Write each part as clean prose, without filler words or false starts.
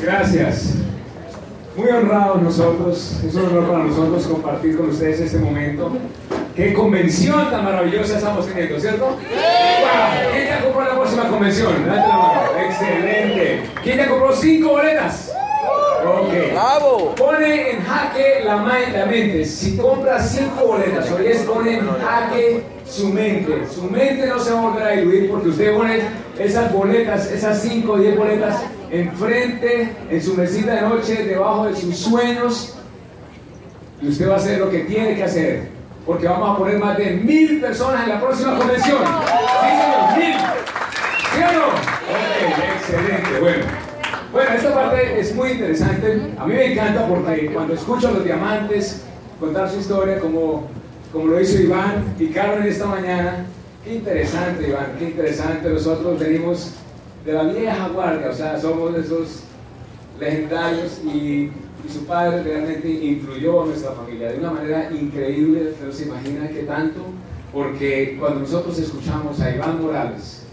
Gracias. Muy honrados nosotros, es un honor para nosotros compartir con ustedes este momento. ¡Qué convención tan maravillosa estamos teniendo!, ¿cierto? ¡Sí! ¡Wow! ¿Quién ya compró la próxima convención? Levante la mano. ¡Excelente! ¿Quién ya compró 5 boletas? Ok. ¡Bravo! Pone en jaque la mente. Si compra 5 boletas o 10, pone en jaque su mente. Su mente no se va a volver a diluir porque usted pone esas boletas, esas 5 o 10 boletas enfrente, en su mesita de noche, debajo de sus sueños, y usted va a hacer lo que tiene que hacer, porque vamos a poner más de 1000 personas en la próxima convención. ¿Sí, señor? 1000. ¿Sí o no? Ok, excelente. Bueno, esta parte es muy interesante. A mí me encanta porque cuando escucho a los diamantes contar su historia, como lo hizo Iván y Carmen esta mañana, qué interesante, Iván, qué interesante. Nosotros venimos de la vieja guardia, o sea, somos de esos legendarios, y su padre realmente influyó a nuestra familia de una manera increíble. No se imagina qué tanto, porque cuando nosotros escuchamos a Iván Morales,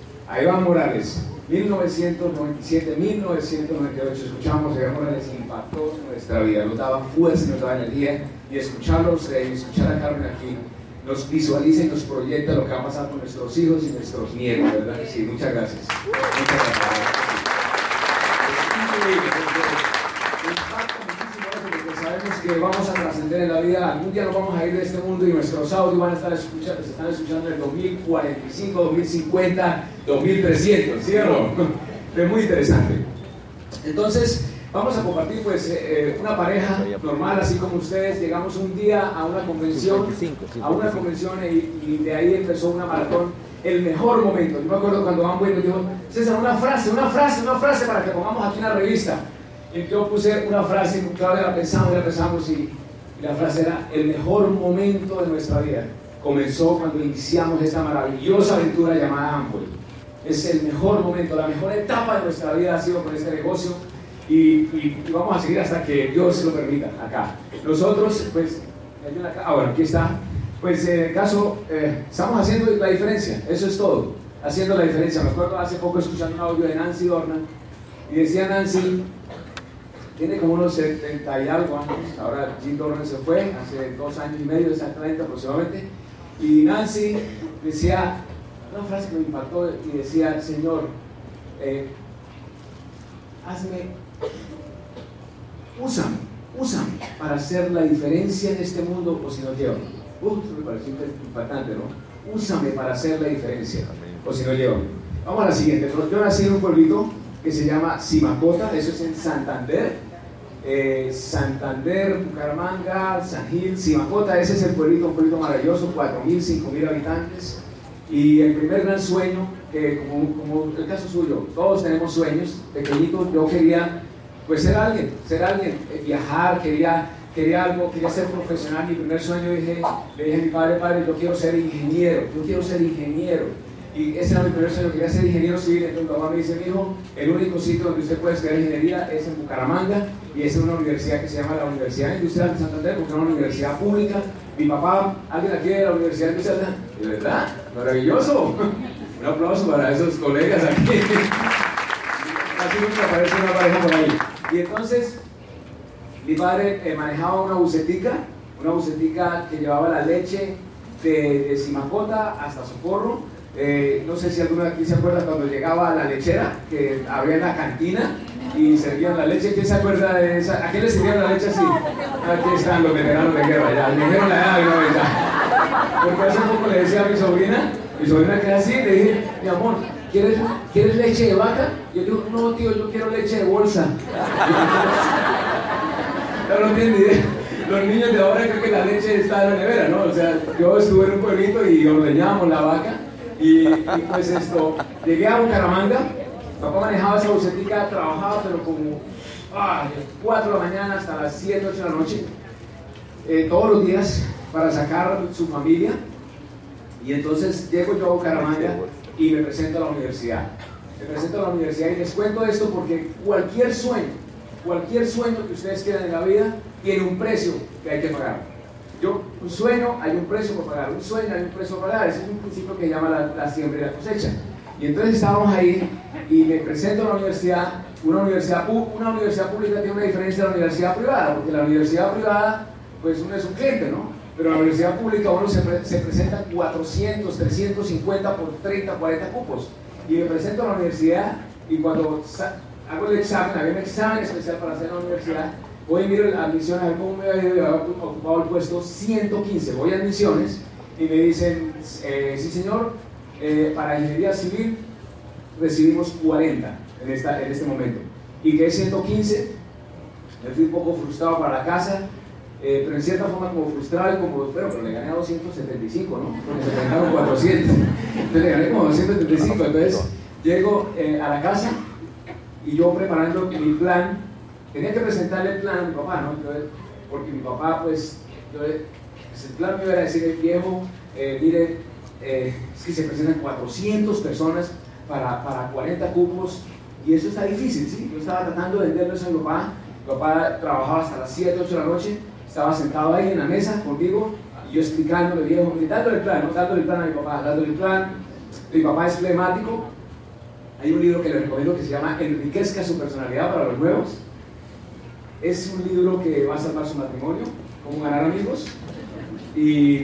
1997, 1998, escuchamos a Iván Morales, impactó nuestra vida, nos daba fuerza, nos daba energía, y escucharlos, escuchar a Carmen aquí, nos visualiza y nos proyecta lo que va a pasar con nuestros hijos y nuestros nietos, ¿verdad? Sí, muchas gracias. Muchas gracias. Es increíble, porque impacta muchísimo, porque sabemos que vamos a trascender en la vida. Algún día nos vamos a ir de este mundo y nuestros audios van a estar escuchando, se están escuchando en el 2045, 2050, 2300, ¿sí o no? Es muy interesante. Entonces, vamos a compartir una pareja normal, así como ustedes. Llegamos un día a una convención, y de ahí empezó una maratón. El mejor momento, yo me acuerdo cuando Van Bueno dijo: César, una frase para que pongamos aquí una revista. Y yo puse una frase, y claro, la pensamos, y la frase era: el mejor momento de nuestra vida comenzó cuando iniciamos esta maravillosa aventura llamada Amway. Es el mejor momento, la mejor etapa de nuestra vida ha sido con este negocio. Y vamos a seguir hasta que Dios lo permita acá. Nosotros, pues, bueno, aquí está. Pues en el caso, estamos haciendo la diferencia, eso es todo, haciendo la diferencia. Me acuerdo hace poco escuchando un audio de Nancy Dornan, y decía Nancy, tiene como unos 70 y algo años, ahora Jim Dornan se fue, hace 2 años y medio exactamente, aproximadamente, y Nancy decía una frase que me impactó, y decía: Señor, úsame para hacer la diferencia en este mundo, o si no llevan. Eso me pareció impactante, ¿no? Úsame para hacer la diferencia, o si no llevan. Vamos a la siguiente. Yo nací en un pueblito que se llama Simacota, eso es en Santander. Santander, Bucaramanga, San Gil, Simacota, ese es el pueblito, un pueblito maravilloso, 4.000, 5.000 habitantes. Y el primer gran sueño, que como el caso suyo, todos tenemos sueños pequeñitos. Yo quería, pues, ser alguien, viajar, quería algo, quería ser profesional. Mi primer sueño, le dije a mi padre, yo quiero ser ingeniero. Y ese era mi primer sueño, quería ser ingeniero civil. Entonces mi mamá me dice: mi hijo, el único sitio donde usted puede estudiar ingeniería es en Bucaramanga, y es en una universidad que se llama la Universidad Industrial de Santander, porque es una universidad pública. Mi papá, alguien aquí de la Universidad Industrial, ¿de verdad? Maravilloso. Un aplauso para esos colegas aquí. Casi nunca aparece una pareja por ahí. Y entonces, mi padre manejaba una bucetica que llevaba la leche de Simacota hasta Socorro. No sé si alguno de aquí se acuerda cuando llegaba a la lechera, que había la cantina y servían la leche. ¿Quién se acuerda de esa? ¿A quién le servían la leche así? Aquí están los veteranos de guerra, ya me dijeron la edad, no, ya. Porque hace poco le decía a mi sobrina que era así, le dije: mi amor, ¿quieres leche de vaca? Y yo digo: no, tío, yo quiero leche de bolsa. No tienen ni idea. Los niños de ahora creen que la leche está en la nevera, ¿no? O sea, yo estuve en un pueblito y ordeñábamos la vaca, y pues llegué a Bucaramanga. Papá manejaba esa bucetica, trabajaba, pero como de 4 de la mañana hasta las 7, 8 de la noche, todos los días, para sacar su familia. Y entonces llego yo a Bucaramanga y me presento a la universidad. Y les cuento esto porque cualquier sueño que ustedes quieran en la vida tiene un precio que hay que pagar. Un sueño, hay un precio por pagar. Ese es un principio que llama la siembra y la cosecha. Y entonces estábamos ahí y me presento a la universidad. Una universidad pública tiene una diferencia de la universidad privada, porque la universidad privada, pues uno es un cliente, ¿no? Pero en la universidad pública uno se presenta 400, 350 por 30, 40 cupos. Y me presento a la universidad y cuando hago el examen, había un examen especial para hacer en la universidad, voy y miro la admisión, a ver cómo me había ocupado el puesto 115. Voy a admisiones y me dicen, sí señor, para ingeniería civil recibimos 40 en este momento. Y que es 115, me fui un poco frustrado para la casa, pero en cierta forma como frustrado y como, pero le gané a 275, ¿no? Porque se me ganaron 400, entonces le gané como 275, entonces llego a la casa y yo preparando mi plan, tenía que presentarle el plan a mi papá, ¿no? Entonces, porque mi papá, pues el plan me iba a decir, viejo, mire, es que se presentan 400 personas para 40 cupos y eso está difícil, ¿sí? Yo estaba tratando de venderlo eso a mi papá trabajaba hasta las 7, 8 de la noche, estaba sentado ahí en la mesa conmigo y yo explicándole, viejo, dándole el plan, ¿no? Dándole el plan a mi papá, dándole el plan. Mi papá es flemático. Hay un libro que le recomiendo que se llama Enriquezca su personalidad para los nuevos. Es un libro que va a salvar su matrimonio, cómo ganar amigos y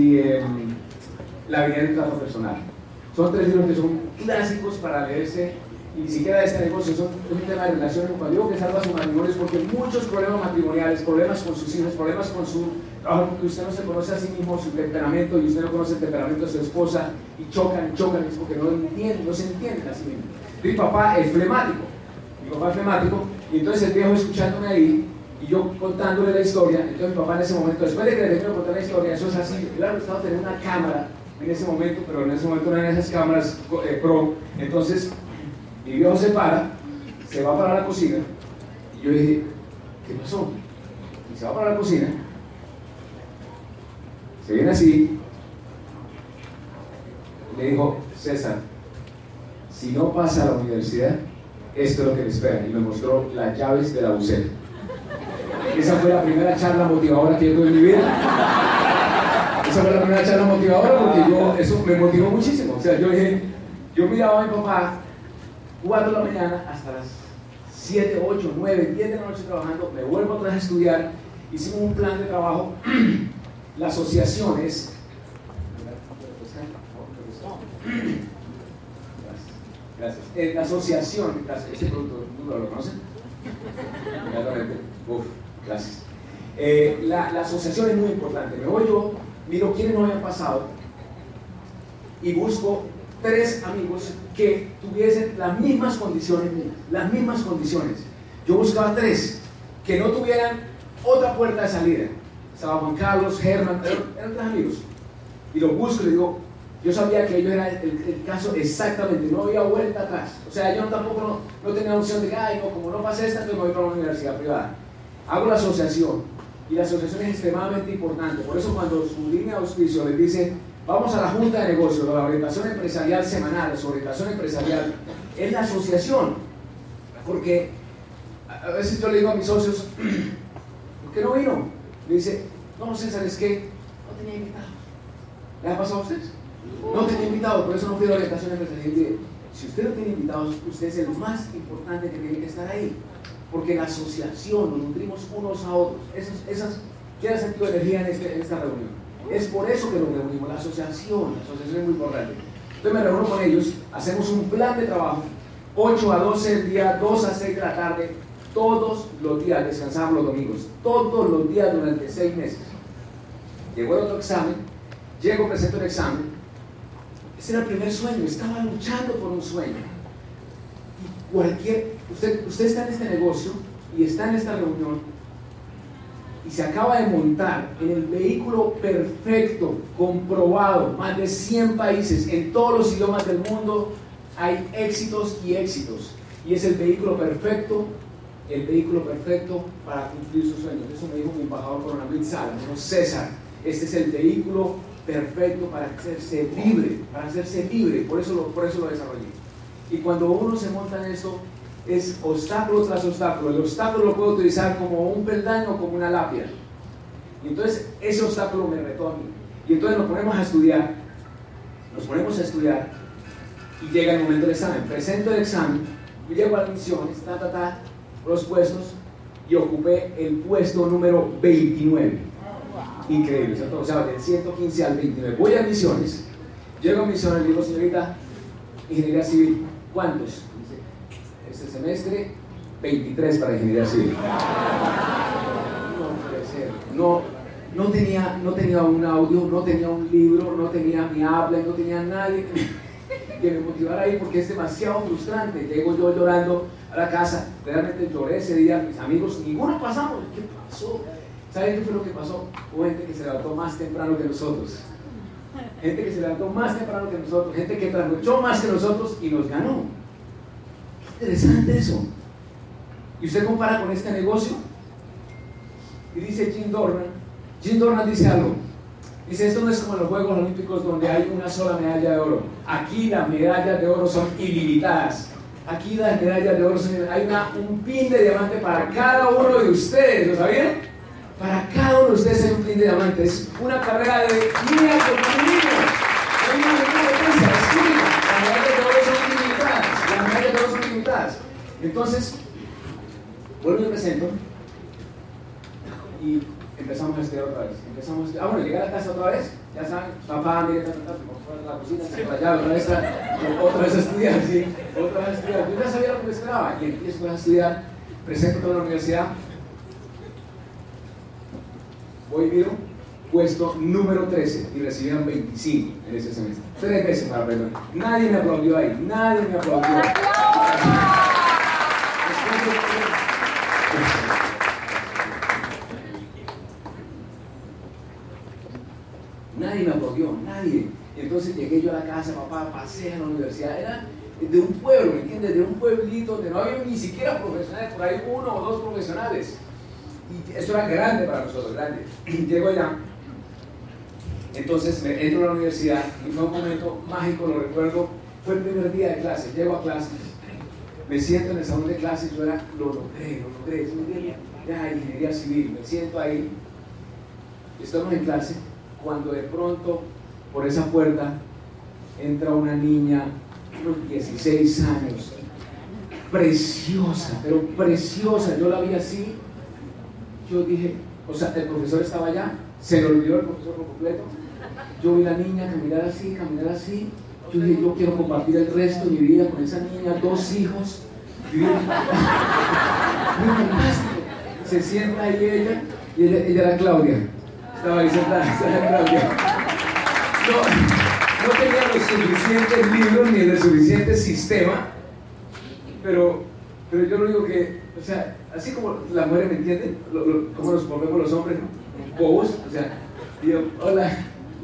la habilidad del trato personal. Son 3 libros que son clásicos para leerse y ni siquiera de este negocio, son un tema de relaciones. Cuando digo que salva su matrimonio es porque muchos problemas matrimoniales, problemas con sus hijos, problemas con su trabajo, porque usted no se conoce a sí mismo, su temperamento, y usted no conoce el temperamento de su esposa, y chocan, es porque no se entienden a sí mismos. Mi papá es flemático, y entonces el viejo escuchándome ahí, y yo contándole la historia. Entonces mi papá en ese momento, después de que le termino de contar la historia, eso es así, le hubiera gustado tener una cámara en ese momento, pero en ese momento no eran esas cámaras pro. Entonces mi viejo se para, se va para la cocina, y yo dije, ¿qué pasó? Y se va para la cocina, se viene así, y le dijo, César, si no pasa a la universidad, esto es lo que le espera, y me mostró las llaves de la buceta. Esa fue la primera charla motivadora que yo tuve en mi vida. Esa fue la primera charla motivadora porque eso me motivó muchísimo. O sea, yo miraba a mi papá 4 de la mañana hasta las 7, 8, 9, 10 de la noche trabajando, me vuelvo otra vez a estudiar, hicimos un plan de trabajo, la asociación es... Gracias. La asociación, este producto, ¿no lo conocen? Gracias. La asociación es muy importante. Me voy yo, miro quiénes no habían pasado y busco 3 amigos que tuviesen las mismas condiciones mías, las mismas condiciones. Yo buscaba 3 que no tuvieran otra puerta de salida. Estaba Juan Carlos, Germán, eran 3 amigos. Y los busco y les digo, yo sabía que ellos eran el caso exactamente, no había vuelta atrás. O sea, yo tampoco no tenía opción de que, ay, no, como no pasé esta, entonces me voy para una universidad privada. Hago la asociación, y la asociación es extremadamente importante. Por eso cuando su línea de auspicio les dice, vamos a la junta de negocios, la orientación empresarial semanal, su orientación empresarial, es la asociación. Porque a veces yo le digo a mis socios, ¿por qué no vino? Me dice, no, César, es que no tenía invitados. ¿Le ha pasado a ustedes? No tenía invitados, por eso no fui a la orientación empresarial. Si usted no tiene invitados, usted es el más importante que tiene que estar ahí. Porque la asociación, nos nutrimos unos a otros. Queda sentido de energía en esta reunión. Es por eso que nos reunimos, la asociación es muy importante. Entonces me reúno con ellos, hacemos un plan de trabajo, 8 a 12 del día, 2 a 6 de la tarde, todos los días, descansamos los domingos, todos los días durante 6 meses. Llegó el otro examen, llego, presento el examen. Ese era el primer sueño, estaba luchando por un sueño. Y usted está en este negocio y está en esta reunión y se acaba de montar en el vehículo perfecto, comprobado, más de 100 países, en todos los idiomas del mundo hay éxitos y éxitos, y es el vehículo perfecto para cumplir sus sueños. Eso me dijo mi embajador Coronel Sala, me dijo, César, este es el vehículo perfecto para hacerse libre, por eso lo desarrollé. Y cuando uno se monta en esto, es obstáculo tras obstáculo. El obstáculo lo puedo utilizar como un peldaño o como una lápida. Y entonces ese obstáculo me retó a mí. Y entonces nos ponemos a estudiar. y llega el momento del examen. Presento el examen, yo llego a las misiones, los puestos, y ocupé el puesto número 29. Increíble, ¿cierto? O sea, del 115 al 29. Voy a misiones, llego a misiones, le digo, señorita, ingeniería civil, ¿cuántos? Dice, este semestre, 23 para ingeniería civil. No puede ser. No tenía un audio, no tenía un libro, no tenía mi habla, no tenía nadie que me motivara ahí porque es demasiado frustrante. Llego yo llorando a la casa, realmente lloré ese día, mis amigos, ninguno pasamos. ¿Qué pasó? ¿Saben qué fue lo que pasó? Hubo gente que se levantó más temprano que nosotros, gente que se levantó más temprano que nosotros, gente que trasnochó más que nosotros y nos ganó. Qué interesante eso. Y usted compara con este negocio y dice Jim Dornan dice algo. Dice, esto no es como en los Juegos Olímpicos donde hay una sola medalla de oro. Aquí las medallas de oro son ilimitadas. Aquí las medallas de oro son ilimitadas. Hay un pin de diamante para cada uno de ustedes, ¿lo sabían? Para cada uno de ustedes hay un pin de diamante. Es una carrera de línea con línea. Hay una competencia, es única. Las medallas de oro son ilimitadas. Las medallas de oro son ilimitadas. Entonces, vuelvo y me presento y empezamos a estudiar otra vez. Bueno, llegué a la casa otra vez, ya saben, papá, mire, la cocina, allá, otra vez a estudiar, sí, otra vez a estudiar. Yo ya sabía lo que me esperaba y empiezo a estudiar, presento toda la universidad, voy y miro, puesto número 13 y recibieron 25 en ese semestre. 3 veces para aprender. Nadie me aplaudió ahí, nadie me aplaudió. Nadie me aplaudió, nadie. Entonces llegué yo a la casa, papá, pasé a la universidad, era de un pueblo, ¿me entiendes? De un pueblito donde no había ni siquiera profesionales, por ahí 1 o 2 profesionales. Y eso era grande para nosotros, grande. Llego allá, entonces me entro a la universidad y fue un momento mágico, lo recuerdo, fue el primer día de clase, llego a clase, me siento en el salón de clase, yo era, lo logré, ya, ingeniería civil, me siento ahí, estamos en clase, cuando de pronto por esa puerta entra una niña, unos 16 años, preciosa, pero preciosa, yo la vi así, yo dije, o sea, el profesor estaba allá, se le olvidó el profesor por completo, yo vi a la niña caminar así, yo dije, yo quiero compartir el resto de mi vida con esa niña, 2 hijos, muy fantástico, se sienta ahí ella, y ella era Claudia, estaba ahí sentada, Claudia. No tenía los suficientes libros ni el suficiente sistema, pero yo lo digo que, o sea, así como las mujeres me entienden, como nos volvemos los hombres, ¿no? Bobos, o sea, digo, hola,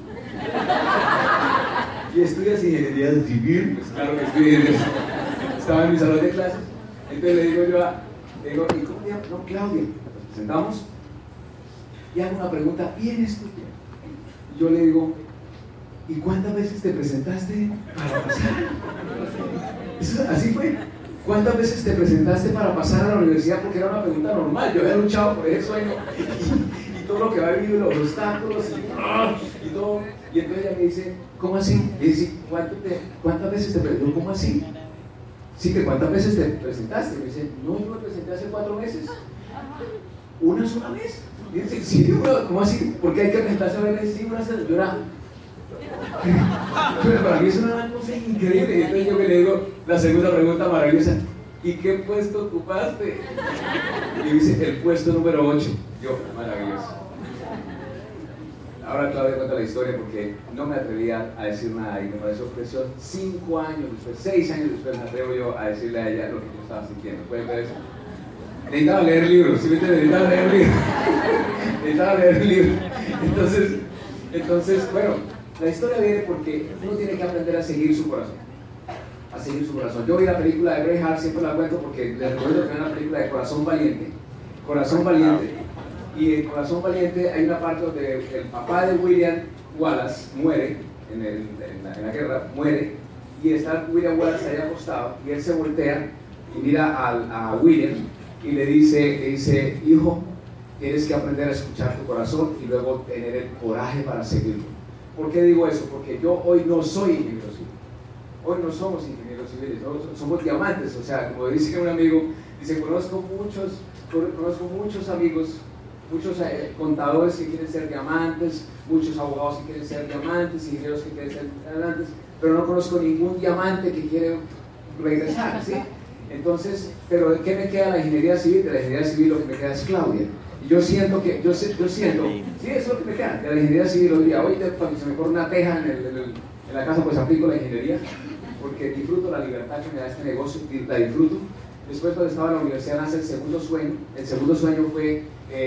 y estudias ingeniería civil, pues claro que estudié, estaba en mi salón de clases, entonces le digo yo ¿y cómo te llamas? No, Claudia, nos sentamos y hago una pregunta bien estúpida, y yo le digo, ¿y cuántas veces te presentaste para pasar? Así fue. ¿Cuántas veces te presentaste para pasar a la universidad? Porque era una pregunta normal. Yo había luchado por ese sueño y todo lo que va a vivir, los obstáculos y todo. Y entonces ella me dice, ¿cómo así? Y dice, ¿cuántas veces te presentaste? ¿Cómo así? Sí, que ¿cuántas veces te presentaste? Y me dice, no, yo me presenté hace 4 meses. ¿Una sola vez? Y dice, sí, ¿cómo así? ¿Por qué hay que presentarse a veces? Sí, una sola. Yo era... Pero para mí es una cosa increíble. Y entonces yo me le digo la segunda pregunta maravillosa, ¿y qué puesto ocupaste? Y dice, el puesto número 8. Yo, maravilloso. Ahora Claudia cuenta la historia porque no me atrevía a decir nada y me pareció precioso. 5 años después, 6 años después me atrevo yo a decirle a ella lo que yo estaba sintiendo. ¿Pueden ver eso? Necesitaba leer libros, ¿sí me entiendes? Necesitaba leer libros. Entonces, bueno, la historia viene porque uno tiene que aprender a seguir su corazón. A seguir su corazón. Yo vi la película de Braveheart, siempre la cuento porque les recuerdo que era una película de Corazón Valiente. Corazón Valiente. Y en Corazón Valiente hay una parte donde el papá de William Wallace muere, en la guerra, muere, y está William Wallace ahí acostado, y él se voltea y mira a William y le dice, hijo, tienes que aprender a escuchar tu corazón y luego tener el coraje para seguirlo. ¿Por qué digo eso? Porque yo hoy no soy ingeniero civil. hoy no somos ingenieros civiles, somos diamantes. O sea, como dice un amigo, dice, conozco muchos amigos, muchos contadores que quieren ser diamantes, muchos abogados que quieren ser diamantes, ingenieros que quieren ser diamantes, pero no conozco ningún diamante que quiere regresar, ¿sí? Entonces, pero ¿de qué me queda la ingeniería civil? De la ingeniería civil lo que me queda es Claudia. Y yo siento, sí, es lo que me queda de la ingeniería civil hoy día. Hoy cuando se me corre una teja en la casa, pues aplico la ingeniería, porque disfruto la libertad que me da este negocio, la disfruto. Después, cuando estaba en la universidad, nace el segundo sueño. El segundo sueño fue,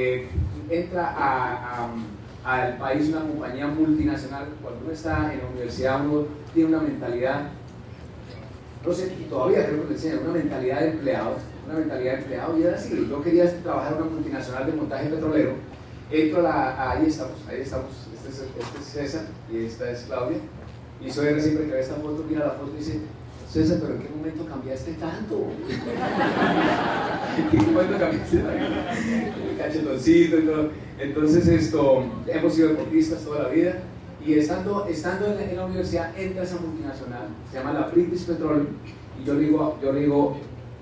entra al país una compañía multinacional. Cuando uno está en la universidad, uno tiene una mentalidad, no sé, y todavía creo que le enseñan, una mentalidad de empleado, y era así. Yo quería trabajar en una multinacional de montaje petrolero. Entro ahí estamos, este es César y esta es Claudia, y soy siempre que ve esta foto, mira la foto y dice, César, pero ¿en qué momento cambiaste tanto? ¿En qué momento cambiaste tanto? El cachetoncito y todo. Entonces hemos sido deportistas toda la vida, y estando en la universidad entra esa multinacional, se llama la British Petroleum, y yo le digo,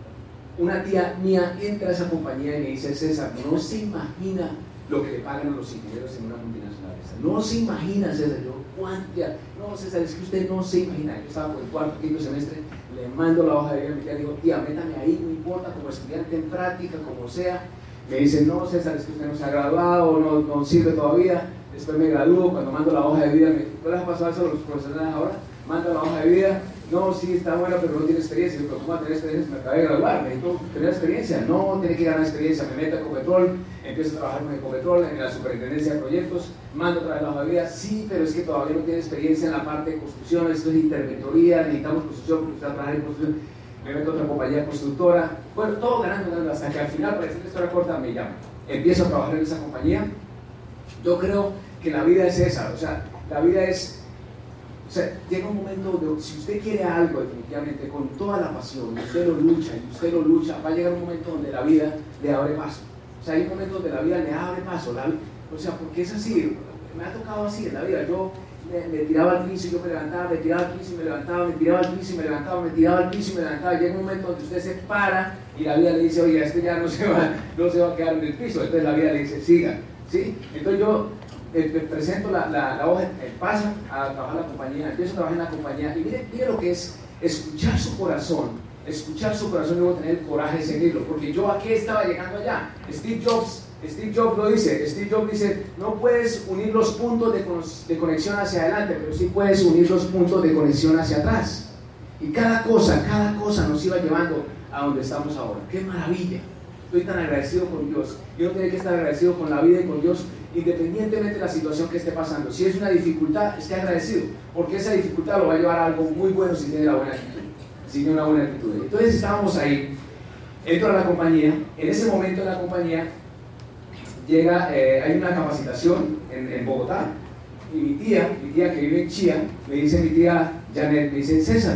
una tía mía entra a esa compañía y me dice, César, no se imagina lo que le pagan a los ingenieros en una multinacional. No se imagina, César. Yo, ¿cuánto? No, César, es que usted no se imagina. Yo estaba por el cuarto, quinto semestre, le mando la hoja de vida a mi tía, digo, tía, métame ahí, no importa, como estudiante en práctica, como sea. Me dice, no, César, es que usted no se ha graduado, no sirve todavía. Después me gradúo, cuando mando la hoja de vida, ¿no les ha pasado eso a los profesionales ahora? Mando la hoja de vida, no, sí, está bueno, pero no tiene experiencia. Yo, pero ¿cómo va a tener experiencia? Me acabé de graduar, necesito tener experiencia. No, tiene que ganar experiencia. Me meto a Ecopetrol, empiezo a trabajar con Ecopetrol en la superintendencia de proyectos, mando otra vez la hoja de vida, sí, pero es que todavía no tiene experiencia en la parte de construcción, esto es interventoría, necesitamos construcción, porque usted va a trabajar en construcción. Me meto a otra compañía constructora, bueno, todo ganando, hasta que al final, para decir la historia corta, me llaman. Empiezo a trabajar en esa compañía. Yo creo que la vida es esa, o sea, la vida es, o sea, llega un momento donde si usted quiere algo definitivamente con toda la pasión, y usted lo lucha, va a llegar un momento donde la vida le abre paso. O sea, hay un momento donde la vida le abre paso, o sea, porque es así, me ha tocado así en la vida. Yo me tiraba al piso y yo me levantaba, me tiraba al piso y me levantaba, me tiraba al piso y me levantaba, me tiraba al piso y me levantaba. Llega un momento donde usted se para y la vida le dice, oye, este ya no se va a quedar en el piso. Entonces la vida le dice, siga, ¿sí? Entonces yo presento la hoja, paso a trabajar en la compañía, empiezo a trabajar en la compañía, y mire lo que es escuchar su corazón y luego tener el coraje de seguirlo, porque yo a qué estaba llegando allá. Steve Jobs lo dice. Steve Jobs dice, no puedes unir los puntos de conexión hacia adelante, pero sí puedes unir los puntos de conexión hacia atrás. Y cada cosa nos iba llevando a donde estamos ahora. ¡Qué maravilla! Estoy tan agradecido con Dios. Yo no tengo que estar agradecido con la vida y con Dios, independientemente de la situación que esté pasando. Si es una dificultad, esté agradecido, porque esa dificultad lo va a llevar a algo muy bueno si tiene la buena actitud. Si tiene una buena actitud. Entonces estábamos ahí, entro a la compañía. En ese momento en la compañía llega, hay una capacitación en Bogotá, y mi tía que vive en Chía, me dice, mi tía Janet, me dice, César,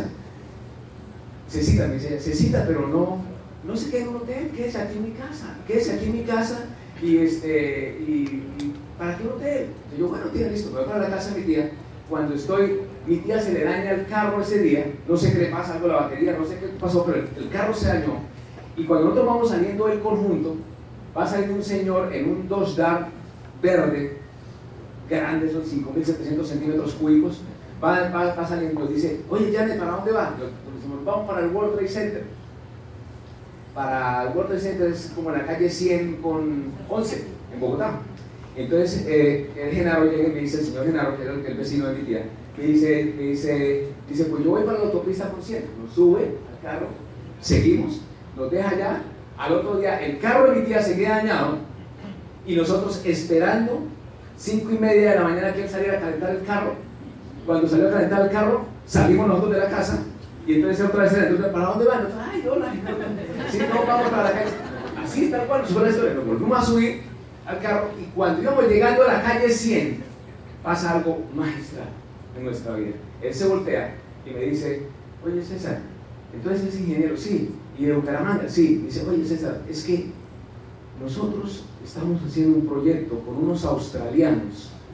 Cecita, pero no se quede en un hotel, quédese aquí en mi casa, y ¿para qué un hotel? Y yo, bueno, tía, listo, me voy para la casa de mi tía. Cuando mi tía se le daña el carro ese día, no sé qué le pasa, algo a la batería, no sé qué pasó, pero el carro se dañó. Y cuando nosotros vamos saliendo del conjunto, va saliendo un señor en un Dodge Dart verde, grande, son 5.700 centímetros cúbicos, va saliendo y dice, oye, Janet, ¿para dónde va? Decimos, vamos para el World Trade Center. Para el World Trade Center es como la calle 100 con 11, en Bogotá. Entonces, el Genaro llega y me dice, el señor Genaro, que era el vecino de mi tía, me dice, pues yo voy para la autopista con 100. Nos sube al carro, seguimos, nos deja allá. Al otro día, el carro de mi tía seguía dañado, y nosotros esperando 5:30 de la mañana que él saliera a calentar el carro. Cuando salió a calentar el carro, salimos nosotros de la casa, y entonces otra vez, entonces, ¿para dónde van? Entonces, ay, hola, sí, no, vamos para la calle. Así, tal cual, nos fue la historia. Nos volvimos a subir al carro, y cuando íbamos llegando a la calle 100, pasa algo magistral en nuestra vida. Él se voltea y me dice, oye, César, entonces es ingeniero, sí, y de Bucaramanga, sí. Me dice, oye, César, es que nosotros estamos haciendo un proyecto con unos australianos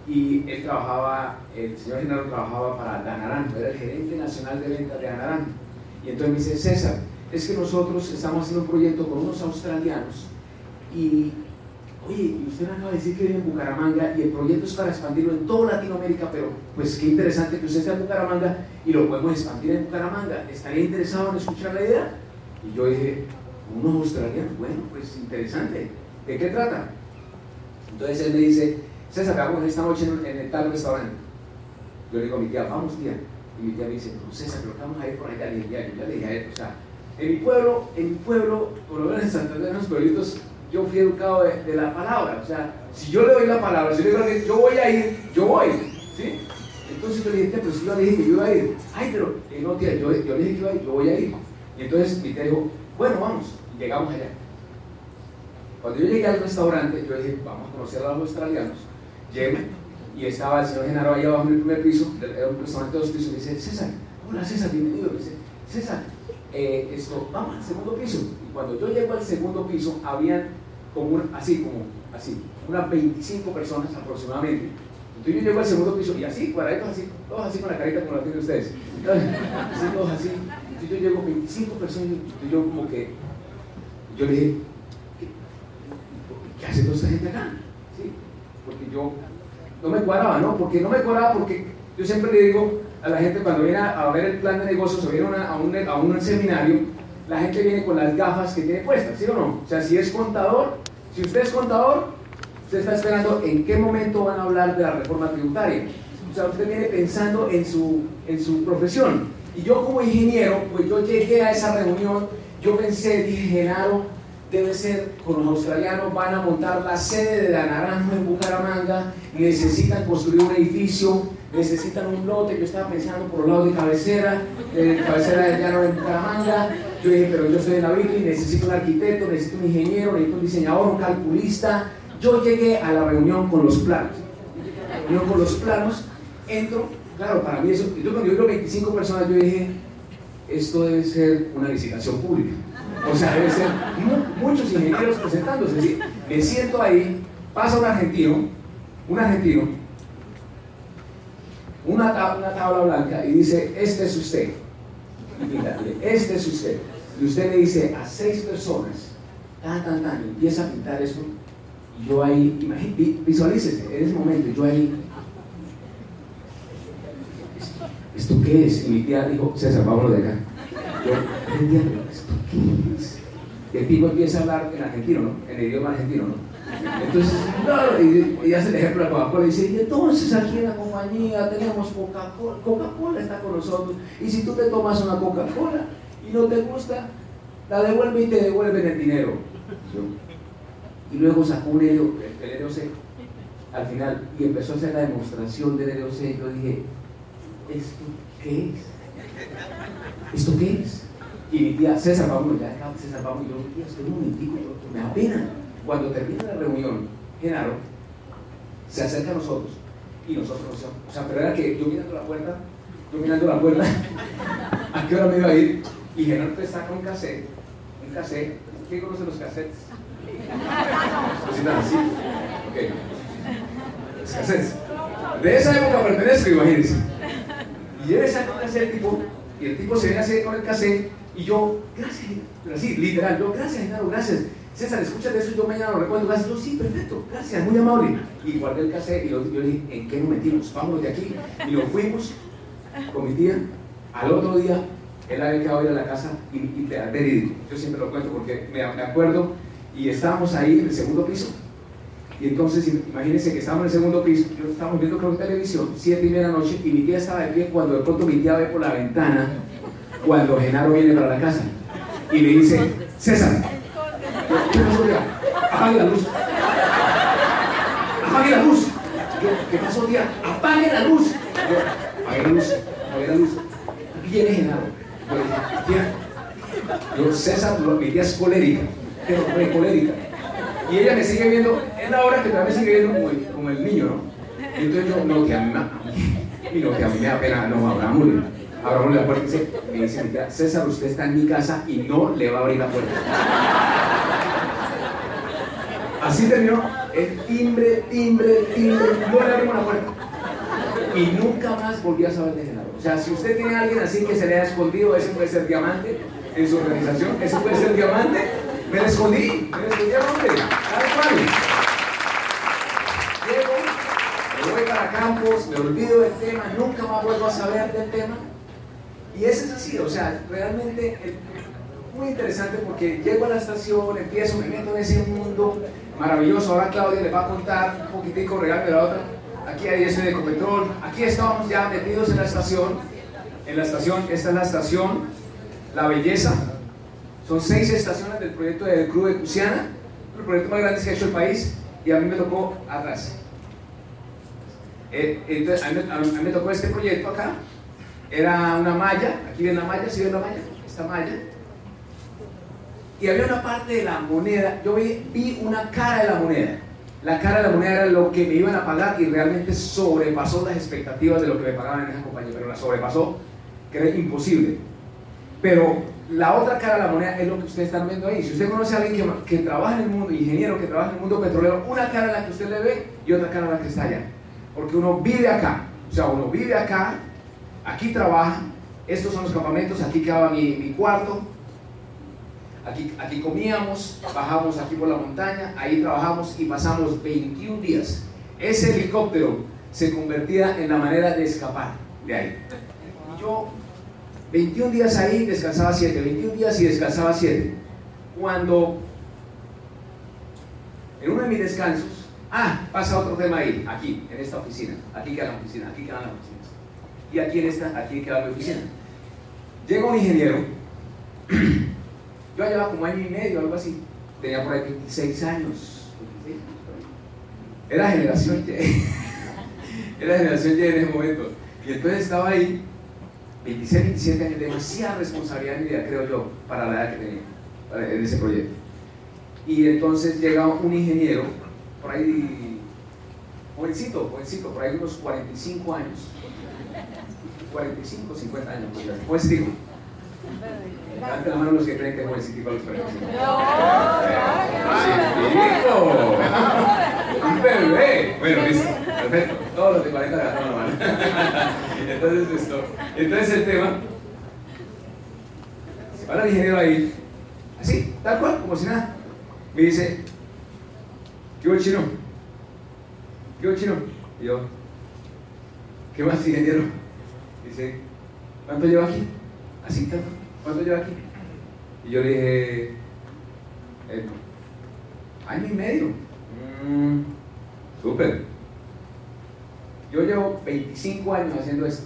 y él trabajaba, el señor Genaro trabajaba para Danaranjo, era el gerente nacional de ventas de Danaranjo. Y entonces me dice, César, es que nosotros estamos haciendo un proyecto con unos australianos y, oye, y usted me acaba de decir que vive en Bucaramanga y el proyecto es para expandirlo en toda Latinoamérica, pero pues qué interesante que usted esté en Bucaramanga y lo podemos expandir en Bucaramanga. ¿Estaría interesado en escuchar la idea? Y yo dije, unos australianos, bueno, pues interesante. ¿De qué trata? Entonces él me dice, César, vamos esta noche en el tal restaurante. Yo le digo a mi tía, vamos tía. Y mi tía me dice, no César, pero vamos a ir por allá. Le dije, ya le dije a él, o sea, en mi pueblo, por lo menos en Santander, en los pueblitos, yo fui educado de la palabra. O sea, si yo le doy la palabra, si yo le digo que yo voy a ir, yo voy, ¿sí? Entonces yo le dije, tía, pero si yo le dije que yo iba a ir. Ay, pero, no tía, yo le dije que iba a ir, yo voy a ir. Y entonces mi tía dijo, bueno, vamos. Y llegamos allá. Cuando yo llegué al restaurante, yo dije, vamos a conocer a los australianos. Llego y estaba el señor Genaro ahí abajo en el primer piso, era un restaurante de 2 pisos, y me dice, César, hola César, bienvenido. Me dice, César, vamos al segundo piso. Y cuando yo llego al segundo piso, habían como así, unas 25 personas aproximadamente. Entonces yo llego al segundo piso y así, cuadraditos así, todos así con la carita como la tienen ustedes. Así, todos así. Entonces yo llego 25 personas y yo como que, yo le dije, ¿qué hace toda esta gente acá? ¿Sí? Porque yo no me cuadraba, ¿no? Porque no me cuadraba porque yo siempre le digo a la gente cuando viene a ver el plan de negocios o viene a un seminario, la gente viene con las gafas que tiene puestas, ¿sí o no? O sea, si es contador, si usted es contador, usted está esperando en qué momento van a hablar de la reforma tributaria. O sea, usted viene pensando en su profesión. Y yo como ingeniero, pues yo llegué a esa reunión, yo pensé, dije, Genaro, debe ser con los australianos, van a montar la sede de Danaranjo en Bucaramanga, necesitan construir un edificio, necesitan un lote. Yo estaba pensando por los lados de cabecera del llano de Bucaramanga. Yo dije, pero yo soy de la Biblia y necesito un arquitecto, necesito un ingeniero, necesito un diseñador, un calculista. Yo llegué a la reunión con los planos. Entro, claro, para mí eso, yo cuando yo vi 25 personas, yo dije, esto debe ser una licitación pública. O sea, debe ser muchos ingenieros presentándose. ¿Sí? Me siento ahí, pasa un argentino, una tabla blanca y dice, este es usted. Y fíjate, este es usted. Y usted le dice a 6 personas, y empieza a pintar eso. Y yo ahí, visualícese, en ese momento, yo ahí, ¿esto qué es? Y mi tía dijo, César, vámonos de acá. Yo, ¿esto qué es? Y el tipo empieza a hablar en argentino, ¿no? En el idioma argentino, ¿no? Entonces, claro, y hace el ejemplo de Coca-Cola y dice, y entonces aquí en la compañía tenemos Coca-Cola, Coca-Cola está con nosotros, y si tú te tomas una Coca-Cola y no te gusta, la devuelve y te devuelven el dinero. Y luego sacó el LOC al final y empezó a hacer la demostración del LOC. Y yo dije, ¿esto qué es? ¿Esto qué es? Y mi tía, César, vamos, ya, César, vamos. Y yo, tía, estoy un momentico, me da pena. Cuando termina la reunión, Genaro se acerca a nosotros y nosotros nos íbamos. O sea, pero era que yo mirando la puerta, ¿a qué hora me iba a ir? Y Genaro te saca un cassette. ¿Quién conoce los cassettes? Cositas así. Ok. Los cassettes. De esa época pertenezco, imagínense. Y él saca un cassette y el tipo se viene así con el cassette y yo, gracias, pero así, literal, yo, gracias, Genaro, gracias. César, escúchate eso y yo mañana lo recuerdo. Gracias. Yo, sí, perfecto, gracias, muy amable. Y guardé el cassette y yo le dije, ¿en qué nos metimos? Vámonos de aquí. Y nos fuimos con mi tía. Al otro día, él había quedado ir a la casa y verídico. Yo siempre lo cuento porque me acuerdo. Y estábamos ahí en el segundo piso. Y entonces, imagínense que estábamos en el segundo piso. Yo estábamos viendo, creo, televisión, 7:30 de la noche. Y mi tía estaba de pie cuando de pronto mi tía ve por la ventana cuando Genaro viene para la casa. Y le dice, César, ¿qué pasó, tía? Apague la luz. Apague la luz. Yo, ¿qué pasó, tía? Apague la luz. Yo, apague la luz. Viene Genaro. Yo le dije, tía, César, mi tía es colérica, pero colérica. Y ella me sigue viendo, es la hora que también me sigue viendo como el niño, ¿no? Y entonces yo, no, que a mí me da pena, no, abrámosle la puerta y me dice mi tía, César, usted está en mi casa y no le va a abrir la puerta. Así terminó el timbre, no le abrimos la puerta. Y nunca más volví a saber de Genaro. O sea, si usted tiene a alguien así que se le ha escondido, ese puede ser diamante en su organización, ese puede ser diamante, me lo escondí al hombre, tal cual. Llego, me voy para Campos, me olvido del tema, nunca más vuelvo a saber del tema. Y ese es así, o sea, realmente muy interesante porque llego a la estación, empiezo, me meto en ese mundo maravilloso. Ahora Claudia les va a contar un poquitico, regálame la otra. Aquí hay ese de Ecopetrol. Aquí estábamos ya metidos en la estación. Esta es la estación La Belleza. Son 6 estaciones del proyecto del Club de Cusiana, el proyecto más grande que ha hecho el país, y a mí me tocó atrás. Entonces, a mí me tocó este proyecto acá. Era una malla, aquí ven la malla, ¿sí ven la malla? Esta malla. Y había una parte de la moneda, yo vi una cara de la moneda. La cara de la moneda era lo que me iban a pagar y realmente sobrepasó las expectativas de lo que me pagaban en esa compañía, pero la sobrepasó, que era imposible. Pero la otra cara de la moneda es lo que ustedes están viendo ahí. Si usted conoce a alguien que trabaja en el mundo, ingeniero que trabaja en el mundo petrolero, una cara es la que usted le ve y otra cara es la que está allá. Porque uno vive acá, o sea, uno vive acá, aquí trabaja, estos son los campamentos, aquí quedaba mi cuarto, aquí comíamos, bajamos aquí por la montaña, ahí trabajamos y pasamos 21 días. Ese helicóptero se convertía en la manera de escapar de ahí. Y yo, 21 días ahí, descansaba 7, 21 días y descansaba 7. Cuando, en uno de mis descansos, pasa otro tema ahí, aquí, en esta oficina, aquí queda la oficina, aquí quedan las oficinas. Y aquí queda mi oficina. Llega un ingeniero, yo llevaba como año y medio, algo así, tenía por ahí 26 años, era generación Y, era generación Y en ese momento, y entonces estaba ahí, 26, 27 años, demasiada responsabilidad en mi vida, creo yo, para la edad que tenía, en ese proyecto. Y entonces llega un ingeniero, por ahí, jovencito, por ahí unos 45 años, 45, 50 años, pues digo, levanten la mano los que creen que es jovencito a los 45. ¡Un bebé! Bueno, listo, perfecto, todos los de 40 levantan la mano. Entonces el tema, se para el ingeniero ahí, así, tal cual, como si nada, me dice, ¿qué hubo chino? ¿Qué hubo chino? Y yo, ¿qué más, ingeniero? Dice, ¿cuánto lleva aquí? Así tanto, ¿cuánto lleva aquí? Y yo le dije, año y medio. Súper. Yo llevo 25 años haciendo esto.